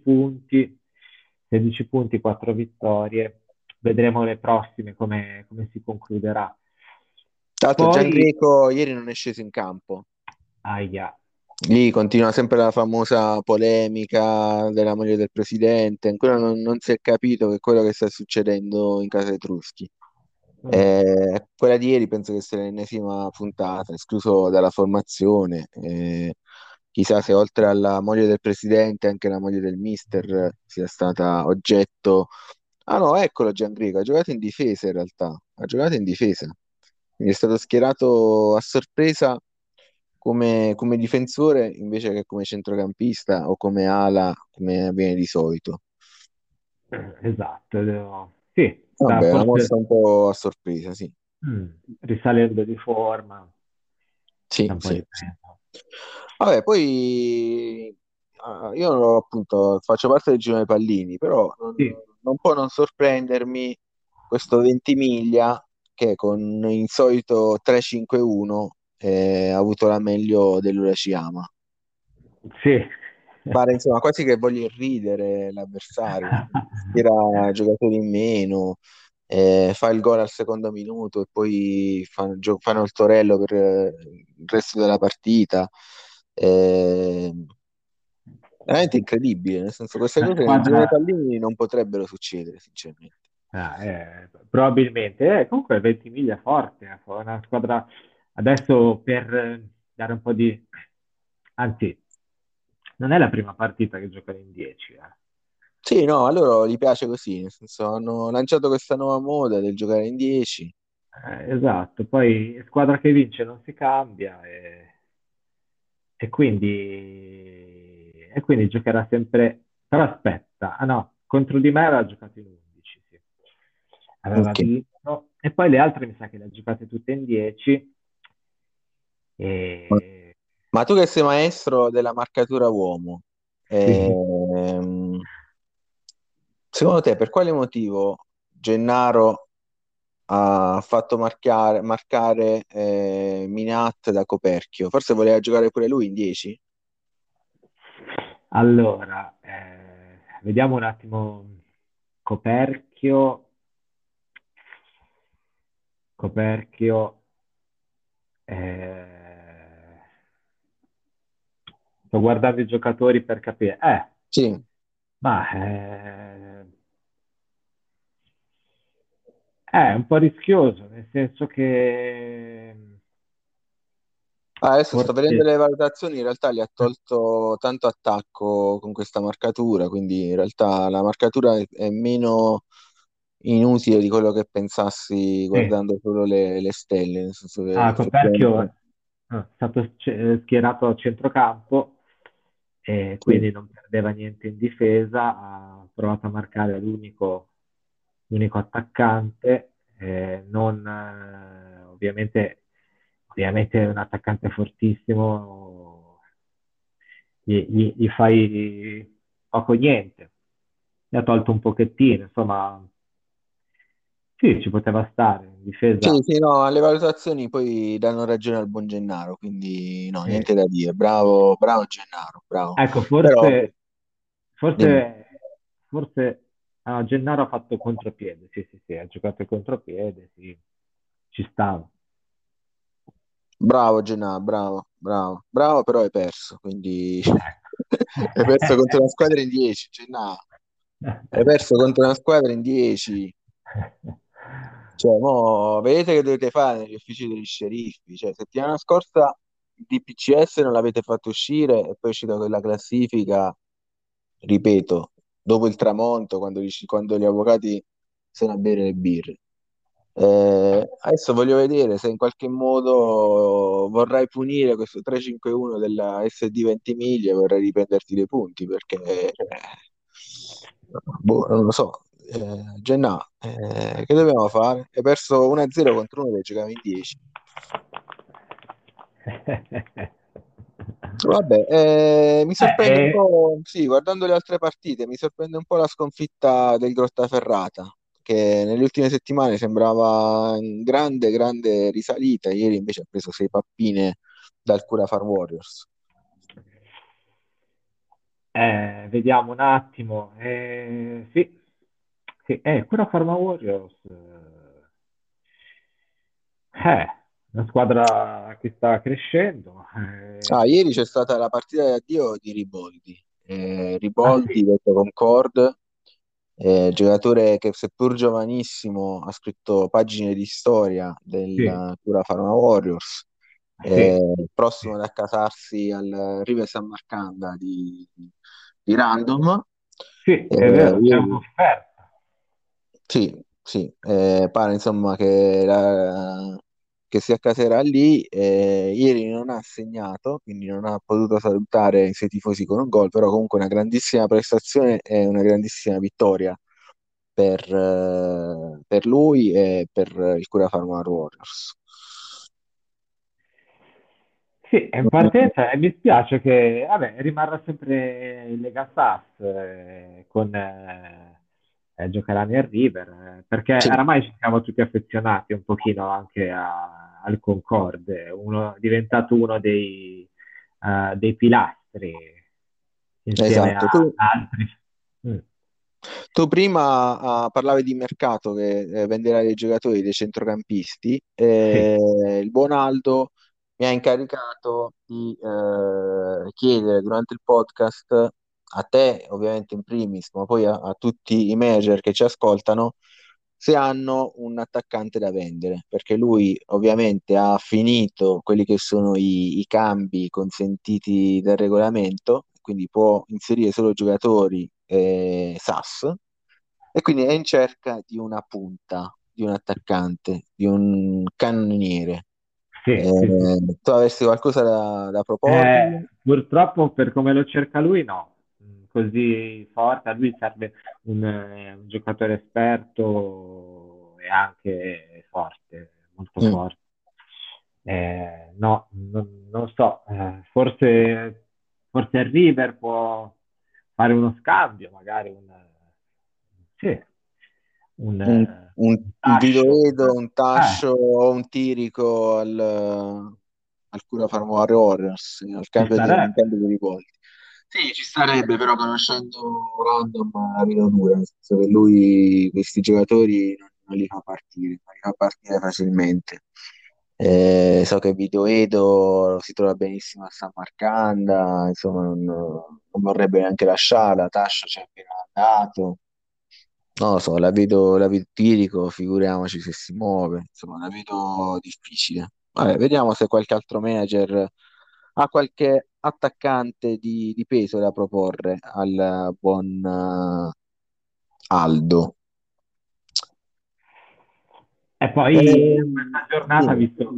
16 punti, 4 vittorie. Vedremo le prossime come si concluderà. Tra l'altro Poi, Giangreco ieri non è sceso in campo. aia, Lì continua sempre la famosa polemica della moglie del presidente, ancora non si è capito che quello che sta succedendo in casa Etruschi. mm, Quella di ieri penso che sia l'ennesima puntata, escluso dalla formazione. Chissà se oltre alla moglie del presidente anche la moglie del mister sia stata oggetto. Ah no, eccolo Gianrico, ha giocato in difesa in realtà, ha giocato in difesa. Quindi è stato schierato a sorpresa come difensore invece che come centrocampista o come ala, come avviene di solito. esatto, sì, sta Vabbè, una forse mossa un po' a sorpresa, sì. mm, risalendo di forma, Sì, da un po' sì, di sì. tempo. Vabbè, poi io appunto faccio parte del girone Pallini, però Sì, non può non sorprendermi questo Ventimiglia che con il solito 3-5-1 ha avuto la meglio dell'Uraciyama. sì. Pare insomma quasi che voglia ridere l'avversario, tira giocatori in meno, fa il gol al secondo minuto e poi fanno il torello per il resto della partita. Eh, Veramente incredibile, nel senso queste La cose nei gironi squadra, pallini non potrebbero succedere, sinceramente. probabilmente, comunque Ventimiglia è forte, è una squadra adesso per dare un po' di, anzi, non è la prima partita che giocano in 10, eh. Sì, no, a loro gli piace così, nel senso hanno lanciato questa nuova moda del giocare in 10. Esatto, poi squadra che vince non si cambia e quindi giocherà sempre, però aspetta, ah no, contro di me aveva giocato in 11, sì. Aveva Ok. vinto e poi le altre mi sa che le ha giocate tutte in 10 Ma e ma tu che sei maestro della marcatura uomo, sì. ehm, secondo te per quale motivo Gennaro ha fatto marcare Minat da coperchio? Forse voleva giocare pure lui in 10? Allora, vediamo un attimo Coperchio, Coperchio, eh, sto guardando i giocatori per capire, Sì. ma è un po' rischioso, nel senso che Ah, adesso sto vedendo forse le valutazioni, in realtà gli ha tolto tanto attacco con questa marcatura, quindi in realtà la marcatura è meno inutile di quello che pensassi sì. guardando solo le stelle, nel senso che Coperchio effettivamente è stato schierato a centrocampo e sì, quindi non perdeva niente in difesa, ha provato a marcare l'unico attaccante, non, ovviamente è un attaccante fortissimo, gli fai poco o niente, gli ha tolto un pochettino, insomma, sì, ci poteva stare in sì, difesa. sì, no, le valutazioni poi danno ragione al buon Gennaro, quindi no, eh, niente da dire, bravo, bravo Gennaro, bravo. ecco, Però, dimmi. forse, forse Gennaro ha fatto contropiede, sì, sì, sì, ha giocato contropiede, sì, ci stava. Bravo Gennà, bravo, bravo, bravo, però hai perso, quindi hai perso contro una Ecco. squadra in 10, Gennà, hai perso contro una squadra in 10, cioè, mo, vedete che dovete fare negli uffici degli sceriffi, cioè, settimana scorsa il DPCS non l'avete fatto uscire e poi è uscita quella classifica, ripeto, dopo il tramonto, quando gli avvocati sono a bere le birre. Adesso voglio vedere se in qualche modo vorrai punire questo 3-5-1 della SD Ventimiglia e vorrai riprenderti dei punti perché boh, non lo so. Gennà, Che dobbiamo fare? Hai perso 1-0 contro uno che giocava in 10. Vabbè, mi sorprende un Eh, po', sì, guardando le altre partite, mi sorprende un po' la sconfitta del Grottaferrata, che nelle ultime settimane sembrava in grande, grande risalita. Ieri invece ha preso 6 pappine dal Cura Farm Warriors. vediamo un attimo. Sì, sì, quella Pharma Warriors una squadra che sta crescendo. Ah, ieri c'è stata la partita di addio di Riboldi. Ah Riboldi, sì, detto Concord, giocatore che seppur giovanissimo ha scritto pagine di storia sì, del Cura Pharma Warriors, sì, prossimo sì, ad accasarsi al River San Marcanda di Random. sì, è vero, c'è Ieri un'offerta. sì, sì, pare insomma che si accaserà lì. Ieri non ha segnato, quindi non ha potuto salutare i suoi tifosi con un gol, però comunque una grandissima prestazione e una grandissima vittoria per lui e per il Cura Pharma Warriors. Sì, è in partenza e mi spiace che, vabbè, rimarrà sempre in Lega SAS giocherà nel River, perché Sì, oramai ci siamo tutti affezionati un pochino anche al Concorde, è diventato uno dei pilastri insieme esatto. Tu, a altri. Mm, Tu prima parlavi di mercato che venderà dei giocatori, dei centrocampisti. sì, Il buon Aldo mi ha incaricato di chiedere durante il podcast a te, ovviamente in primis, ma poi a tutti i manager che ci ascoltano, se hanno un attaccante da vendere, perché lui ovviamente ha finito quelli che sono i cambi consentiti dal regolamento, quindi può inserire solo giocatori SAS e quindi è in cerca di una punta, di un attaccante, di un cannoniere. sì, sì, sì. Tu avresti qualcosa da proporgli? Purtroppo per come lo cerca lui, no. Così forte, a lui serve un giocatore esperto e anche forte, molto Mm. forte. No, non so, forse il River può fare uno scambio, magari sì, Un, un un Tascio. Vitoedo, un Tascio o un Tirico al Cura Farm Warriors, Ci in starebbe. cambio di rivolti. Sì, ci starebbe, però conoscendo Random la vedo dura, nel senso che lui questi giocatori non li fa partire, non li fa partire facilmente. So che Vito Edo si trova benissimo a San Marcanda, insomma non vorrebbe neanche lasciarla, Tascio ci è appena andato. Non lo so, la vedo Tirico, figuriamoci se si muove, insomma la vedo difficile. Vabbè, vediamo se qualche altro manager ha qualche attaccante di peso da proporre al buon Aldo. E poi questa giornata ha Dimmi. visto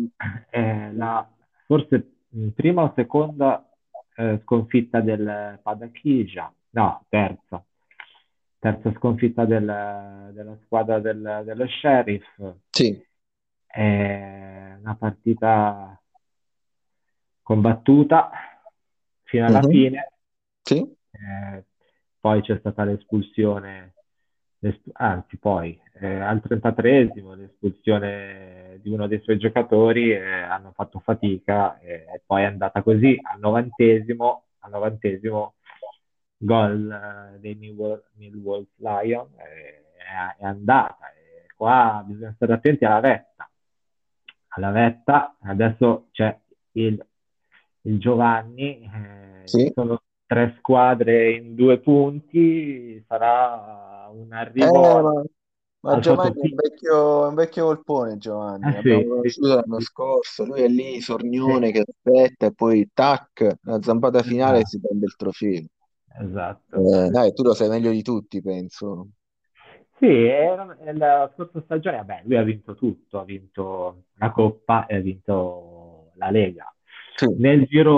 forse prima o seconda sconfitta del Padachija, no, terza sconfitta della squadra dello Sheriff. Sì. È una partita combattuta fino alla Mhm. fine. Sì. Eh, Poi c'è stata l'espulsione, anzi poi al 33esimo l'espulsione di uno dei suoi giocatori, hanno fatto fatica e poi è andata così al novantesimo gol dei Millwall Lion è andata. E qua bisogna stare attenti alla vetta. Adesso c'è il, il Giovanni, Sì. sono 3 squadre in 2 punti, sarà un arrivo Ma al Giovanni fotofinish. è un vecchio volpone, Giovanni. L'abbiamo Sì, sì, conosciuto l'anno sì, scorso. Lui è lì, sì, sornione che aspetta, e poi tac, la zampata finale e esatto, si prende il trofeo. esatto. Dai, tu lo sai meglio di tutti, penso. Sì, e la scorsa stagione, vabbè, lui ha vinto tutto, ha vinto la Coppa e ha vinto la Lega. Sì,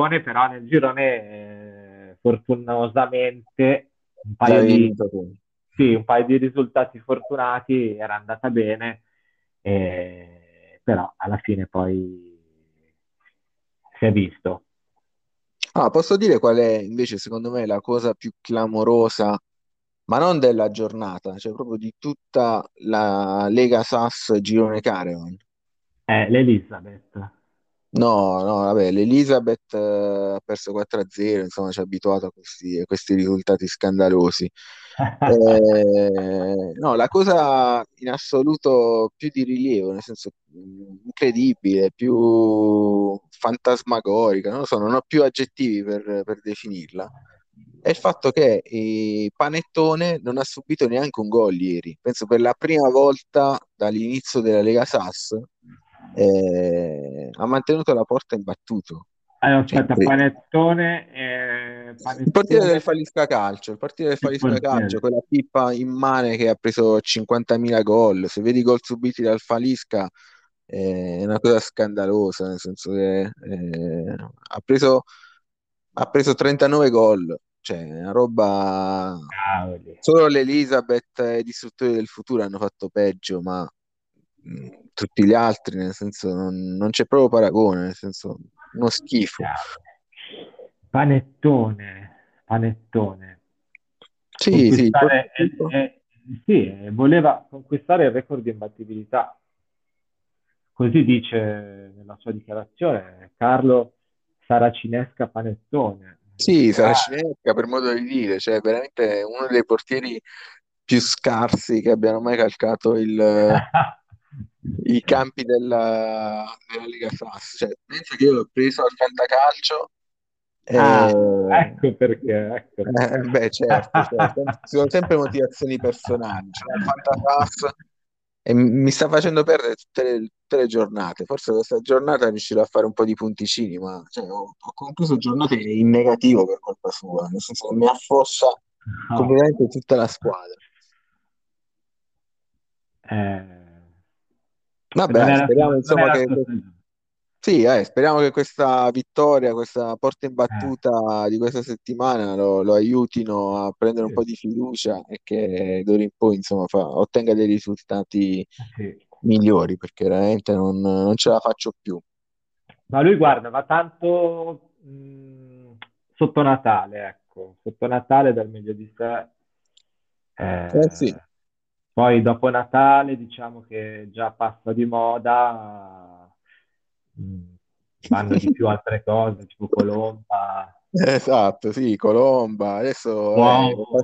Nel girone, fortunatamente, un paio l'avevi di vinto tu. sì, un paio di risultati fortunati, era andata bene, però alla fine poi si è visto. Ah, posso dire qual è invece secondo me la cosa più clamorosa, ma non della giornata, cioè proprio di tutta la Lega Sass Girone Caravan. L'Elizabeth. No, no, vabbè, l'Elizabeth ha perso 4-0, insomma, ci ha abituato a questi risultati scandalosi. No, la cosa in assoluto più di rilievo, nel senso incredibile, più fantasmagorica, non lo so, non ho più aggettivi per definirla, è il fatto che Panettone non ha subito neanche un gol ieri. Penso per la prima volta dall'inizio della Lega Sass ha mantenuto la porta imbattuto. Cioè, Aspetta, il portiere del Panettone, Falisca Calcio, il portiere del il Falisca Calcio, portiere. quella pippa immane che ha preso 50.000 gol. Se vedi i gol subiti dal Falisca, è una cosa scandalosa, nel senso che ha preso 39 gol, cioè una roba. Cavoli. Solo l'Elizabeth e i distruttori del futuro hanno fatto peggio, ma tutti gli altri, nel senso, non c'è proprio paragone, nel senso, uno schifo. Panettone, Panettone. Sì, sì, Conquistare, soprattutto. sì, voleva conquistare il record di imbattibilità. Così dice nella sua dichiarazione Carlo Saracinesca Panettone. Sì, Ah, Saracinesca per modo di dire, cioè veramente uno dei portieri più scarsi che abbiano mai calcato i campi della Lega Sass. Cioè, penso che io l'ho preso al Fantacalcio. ecco perché, ecco perché. Beh, certo, cioè, ci sono sempre motivazioni personali. C'è il Fantasas e mi sta facendo perdere tutte le giornate. Forse questa giornata riuscirò a fare un po' di punticini, ma cioè, ho concluso giornate in negativo per colpa sua, nel senso che mi affossa No. completamente tutta la squadra. Eh, Vabbè, non dai, era, speriamo non insomma era che la sua stagione. sì, speriamo che questa vittoria, questa porta in battuta di questa settimana lo aiutino a prendere un po' Sì, di fiducia e che d'ora in poi, insomma, ottenga dei risultati sì. migliori, perché veramente non ce la faccio più. Ma lui guarda, va tanto sotto Natale, ecco, sotto Natale dal meglio di sé. Sì. Eh, Poi dopo Natale diciamo che già passa di moda, mm, vanno di più altre cose, tipo Colomba, Esatto, sì, Colomba, adesso uomo.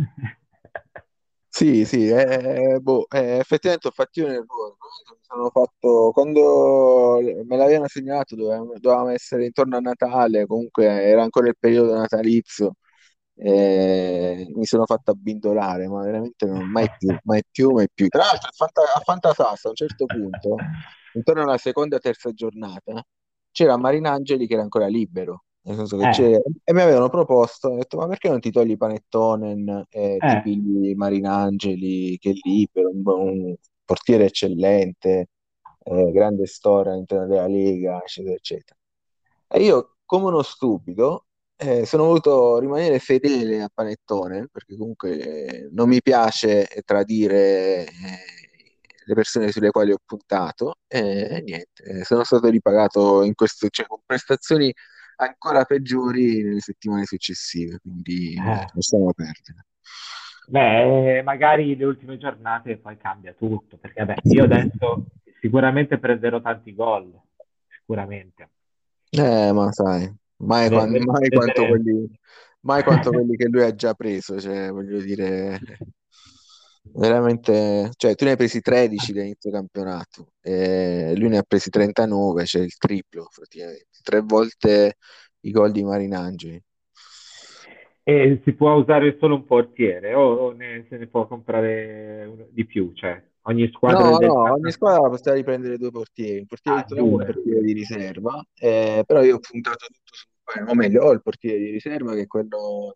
sì, sì, boh, effettivamente ho fatto io un errore. Mi sono fatto, quando me l'avevano segnalato dovevamo essere intorno a Natale, comunque era ancora il periodo natalizio, mi sono fatto abbindolare, ma veramente mai più, mai più, mai più. Tra l'altro a Fantasassa a un certo punto, intorno alla seconda o terza giornata, c'era Marinangeli che era ancora libero. Nel senso che Eh, e mi avevano proposto, ho detto, ma perché non ti togli Panettonen e ti eh, pigli Marinangeli che è libero, un portiere eccellente, grande storia all'interno della Lega, eccetera, eccetera. E io, come uno stupido, sono voluto rimanere fedele a Panettone, perché comunque non mi piace tradire le persone sulle quali ho puntato, e niente, sono stato ripagato in questo, cioè, con prestazioni ancora peggiori nelle settimane successive, quindi eh. lasciamo perdere. Beh, magari le ultime giornate poi cambia tutto, perché vabbè, io adesso sicuramente prenderò tanti gol, sicuramente. Ma sai, mai quanto Vedremo. quelli che lui ha già preso, cioè, voglio dire, veramente, cioè, tu ne hai presi 13 dall'inizio campionato, e lui ne ha presi 39, cioè il triplo, praticamente, 3 volte i gol di Marinangeli. E si può usare solo un portiere o se ne può comprare di più, cioè ogni squadra No, del no, ogni campionato. squadra poteva riprendere 2 portieri, un portiere Ah, titolare e un due. portiere di riserva, però io ho puntato tutto o meglio, ho il portiere di riserva che è quello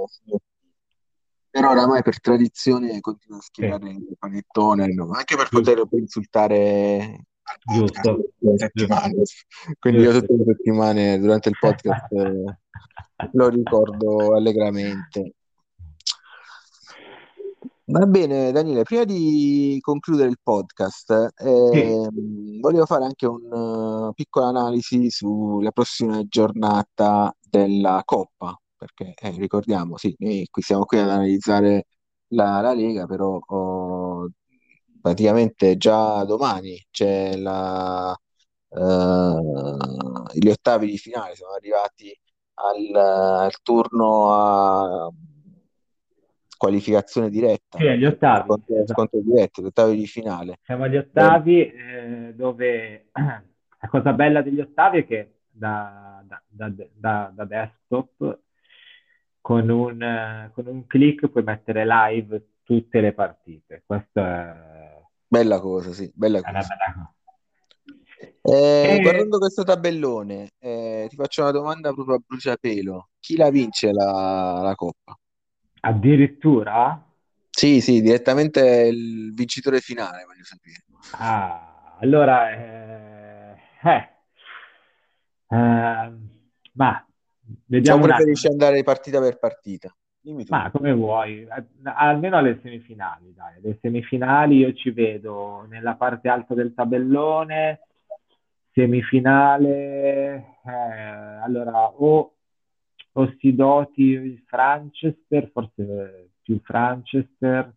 però oramai per tradizione continuo a Sì, schierare il panettone, no? Anche per giusto, poterlo poi insultare al podcast giusto, tutte le giusto, settimane. Quindi io giusto. tutte le settimane durante il podcast lo ricordo allegramente. Va bene, Daniele, prima di concludere il podcast, Sì, volevo fare anche una piccola analisi sulla prossima giornata della Coppa, perché ricordiamo, sì, noi qui siamo qui ad analizzare la Lega, però praticamente già domani c'è gli ottavi di finale, siamo arrivati al turno a qualificazione diretta, sì, agli ottavi, scontro esatto. diretto, gli ottavi di finale. Siamo agli Eh, ottavi, dove la cosa bella degli ottavi è che da desktop con un click puoi mettere live tutte le partite. Questa Bella cosa, sì, bella è una cosa. bella cosa. Guardando E questo tabellone, ti faccio una domanda proprio a bruciapelo. Chi la vince la Coppa? addirittura, Sì, sì, direttamente il vincitore finale, voglio sapere. allora, ma O vediamo un preferisci attimo. andare partita per partita? Dimmi tu. Ma come vuoi, almeno alle semifinali, dai. Le semifinali io ci vedo nella parte alta del tabellone, semifinale, allora o Sidoti Franchester, forse più Franchester,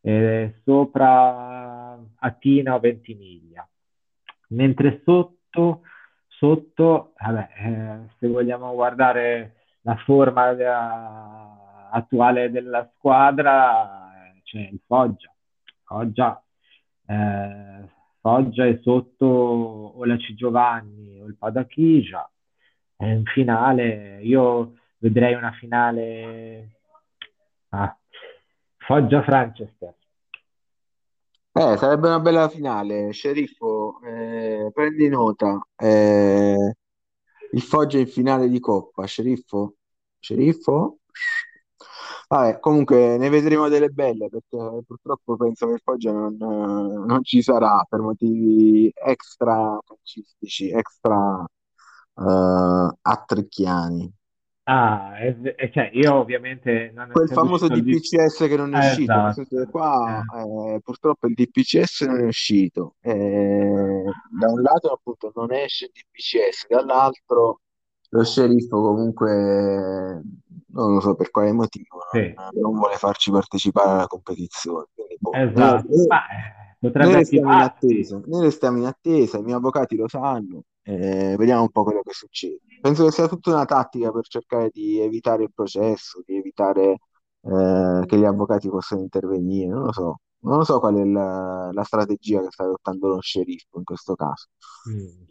sopra Atina o Ventimiglia. Mentre sotto, vabbè, se vogliamo guardare la forma attuale della squadra, c'è il Foggia. Foggia, eh, Foggia è sotto o la C. Giovanni o il Padachigia. In finale, io vedrei una finale Foggia-Franchester. Sarebbe una bella finale. Sceriffo, prendi nota. Il Foggia in finale di Coppa. Sceriffo? Sceriffo? Vabbè, comunque ne vedremo delle belle perché purtroppo penso che il Foggia non ci sarà per motivi extra calcistici, extra attricchiani. Cioè, io ovviamente non Quel essendo famoso uscito il di... DPCS che non è uscito, nel senso che Esatto. qua purtroppo il DPCS non è uscito. Da un lato appunto non esce il DPCS, dall'altro lo sceriffo comunque non lo so per quale motivo Sì, non vuole farci partecipare alla competizione. Quindi, boh, esatto. Ma noi potrebbe restiamo in attivarsi. attesa, noi restiamo in attesa, i miei avvocati lo sanno, vediamo un po' quello che succede. Penso che sia tutta una tattica per cercare di evitare il processo, di evitare che gli avvocati possano intervenire, non lo so. Non lo so qual è la strategia che sta adottando lo sceriffo in questo caso. Mm.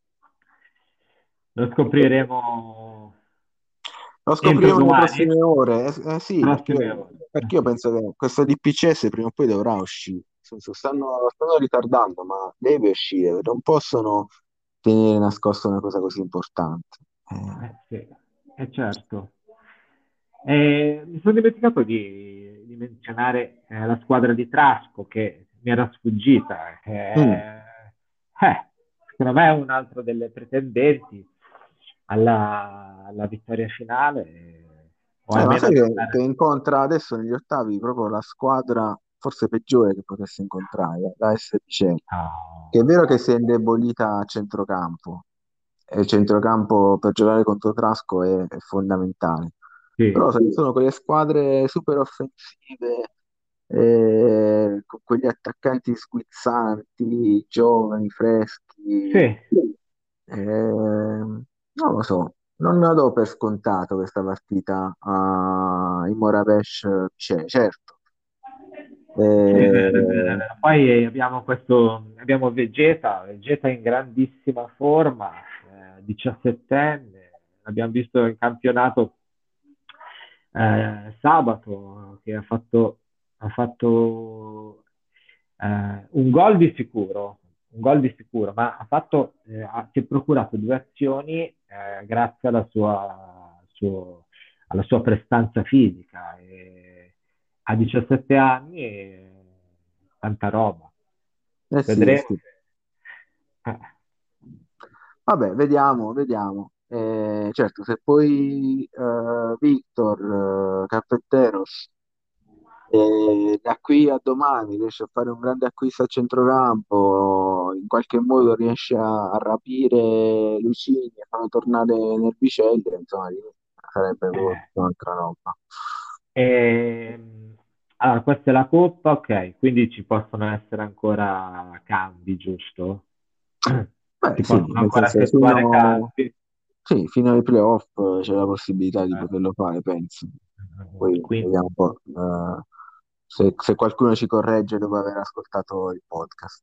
Lo scopriremo Lo entro scopriremo nelle domani, prossime ore. Sì, prossime ore. perché io penso che questo DPCS prima o poi dovrà uscire. Nel senso, stanno ritardando, ma deve uscire. Non possono tenere nascosta una cosa così importante. Sì, certo. Mi sono dimenticato di menzionare la squadra di Trasco che mi era sfuggita. Mm. Secondo me è un altro delle pretendenti alla vittoria finale, o Ma almeno sai ad che andare. incontra adesso negli ottavi proprio la squadra forse peggiore che potesse incontrare, la S. Piceni, che è No. vero che si è indebolita a centrocampo, e il centrocampo per giocare contro Trasco è fondamentale. Sì, Però se sono quelle squadre super offensive, con quegli attaccanti sguizzanti, giovani, freschi, sì, non lo so, non la do per scontato questa partita in Moravesh Piceno, certo. sì, è vero, è vero, è Eh, vero. Poi abbiamo Vegeta in grandissima forma, 17enne, l'abbiamo visto in campionato sabato che ha fatto un gol di sicuro, ma si è procurato due azioni grazie alla sua prestanza fisica. E a 17 anni tanta roba. sì, Vedremo sì. se... Vabbè, vediamo, vediamo. Certo, se poi Victor Carpenteros E da qui a domani riesce a fare un grande acquisto a centrocampo, in qualche modo riesce a rapire Lucini e farlo tornare nel Biceglie, insomma, lì sarebbe proprio Eh, un'altra roba. allora, questa è la Coppa, ok, quindi ci possono essere ancora cambi, giusto? Beh, Si sì, possono nel ancora senso, effettuare cambi. sì, fino ai playoff c'è la possibilità di Eh, poterlo fare, penso. Poi quindi, vediamo un po', se qualcuno ci corregge dopo aver ascoltato il podcast.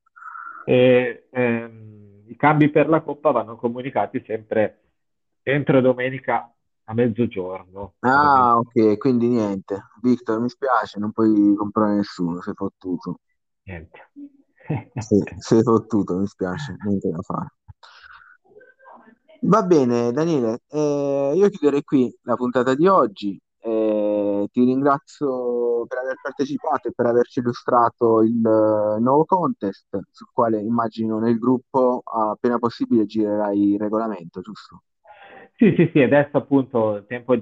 i cambi per la Coppa vanno comunicati sempre entro domenica a mezzogiorno, Ah, ok, quindi niente. Victor, mi spiace, non puoi comprare nessuno, sei fottuto. niente. Sei fottuto, mi spiace, niente da fare. Va bene, Daniele, io chiuderei qui la puntata di oggi. Ti ringrazio per aver partecipato e per averci illustrato il nuovo contest, sul quale immagino nel gruppo appena possibile girerai il regolamento, giusto? Sì, sì, sì, adesso appunto è tempo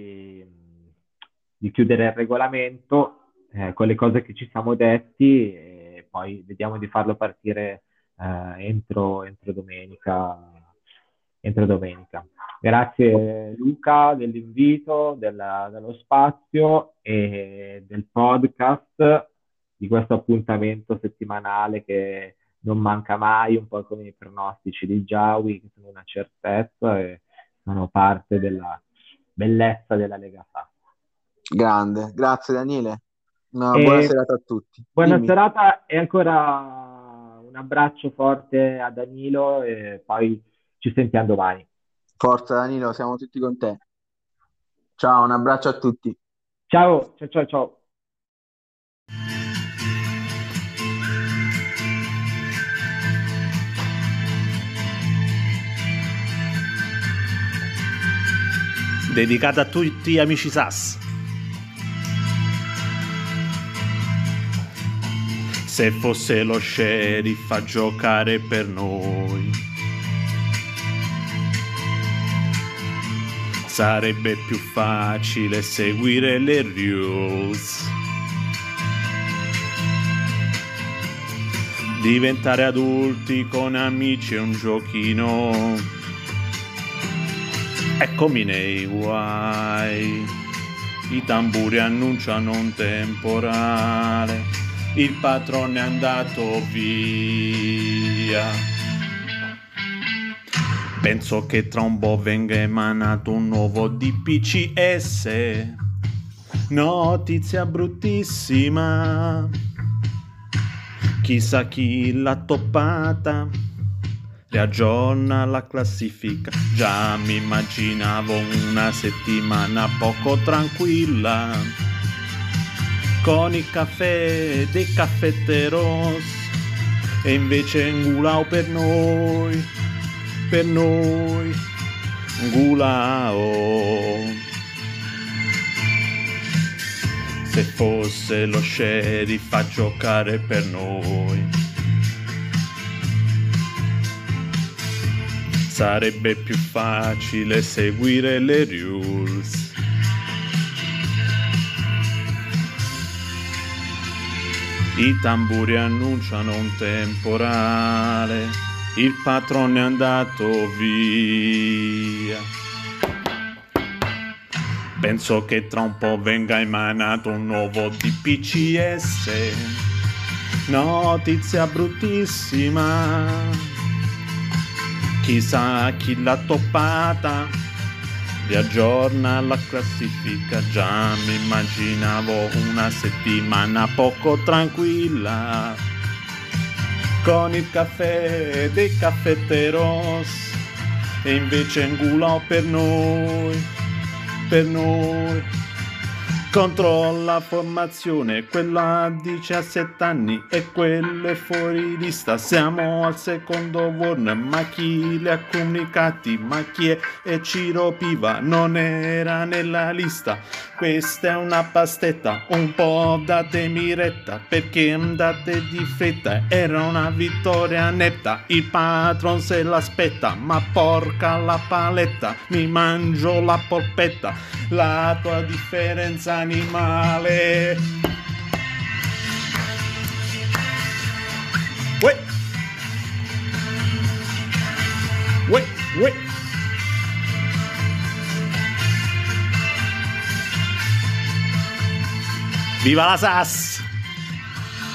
di chiudere il regolamento con le cose che ci siamo detti e poi vediamo di farlo partire entro domenica. Entro domenica. Grazie Luca dell'invito, dello spazio e del podcast, di questo appuntamento settimanale che non manca mai, un po' come i pronostici di Giawi, che sono una certezza e sono parte della bellezza della Lega Fa. Grande, grazie Daniele. Una buona E serata a tutti. buona Dimmi, serata e ancora un abbraccio forte a Danilo e poi ci sentiamo domani. forza Danilo, siamo tutti con te. Ciao, un abbraccio a tutti. Ciao, ciao, ciao, ciao. Dedicata a tutti amici SAS. Se fosse lo sheriff a giocare per noi, sarebbe più facile seguire le rules. Diventare adulti con amici è un giochino. Eccomi nei guai. I tamburi annunciano un temporale. Il patrone è andato via. Penso che tra un po' venga emanato un nuovo DPCS. Notizia bruttissima. Chissà chi l'ha toppata. Riaggiorna la classifica. Già mi immaginavo una settimana poco tranquilla, con il caffè dei caffetteros, e invece Ngulao per noi, Ngulao. Se fosse lo sheriff a giocare per noi, sarebbe più facile seguire le rules. I tamburi annunciano un temporale, il patrone è andato via. Penso che tra un po' venga emanato un nuovo DPCS. Notizia bruttissima. Chissà chi l'ha toppata. Riaggiorna la classifica. Già mi immaginavo una settimana poco tranquilla, con il caffè dei caffetteros, e invece Ngulao per noi, contro la formazione, quella a 17 anni e quello è fuori lista. Siamo al secondo warn, ma chi li ha comunicati? Ma chi è? E Ciro Piva non era nella lista. Questa è una pastetta, un po' datemi retta, perché andate di fretta, era una vittoria netta. Il patron se l'aspetta, ma porca la paletta, mi mangio la polpetta, la tua differenza animale. Uè. Viva la SAS!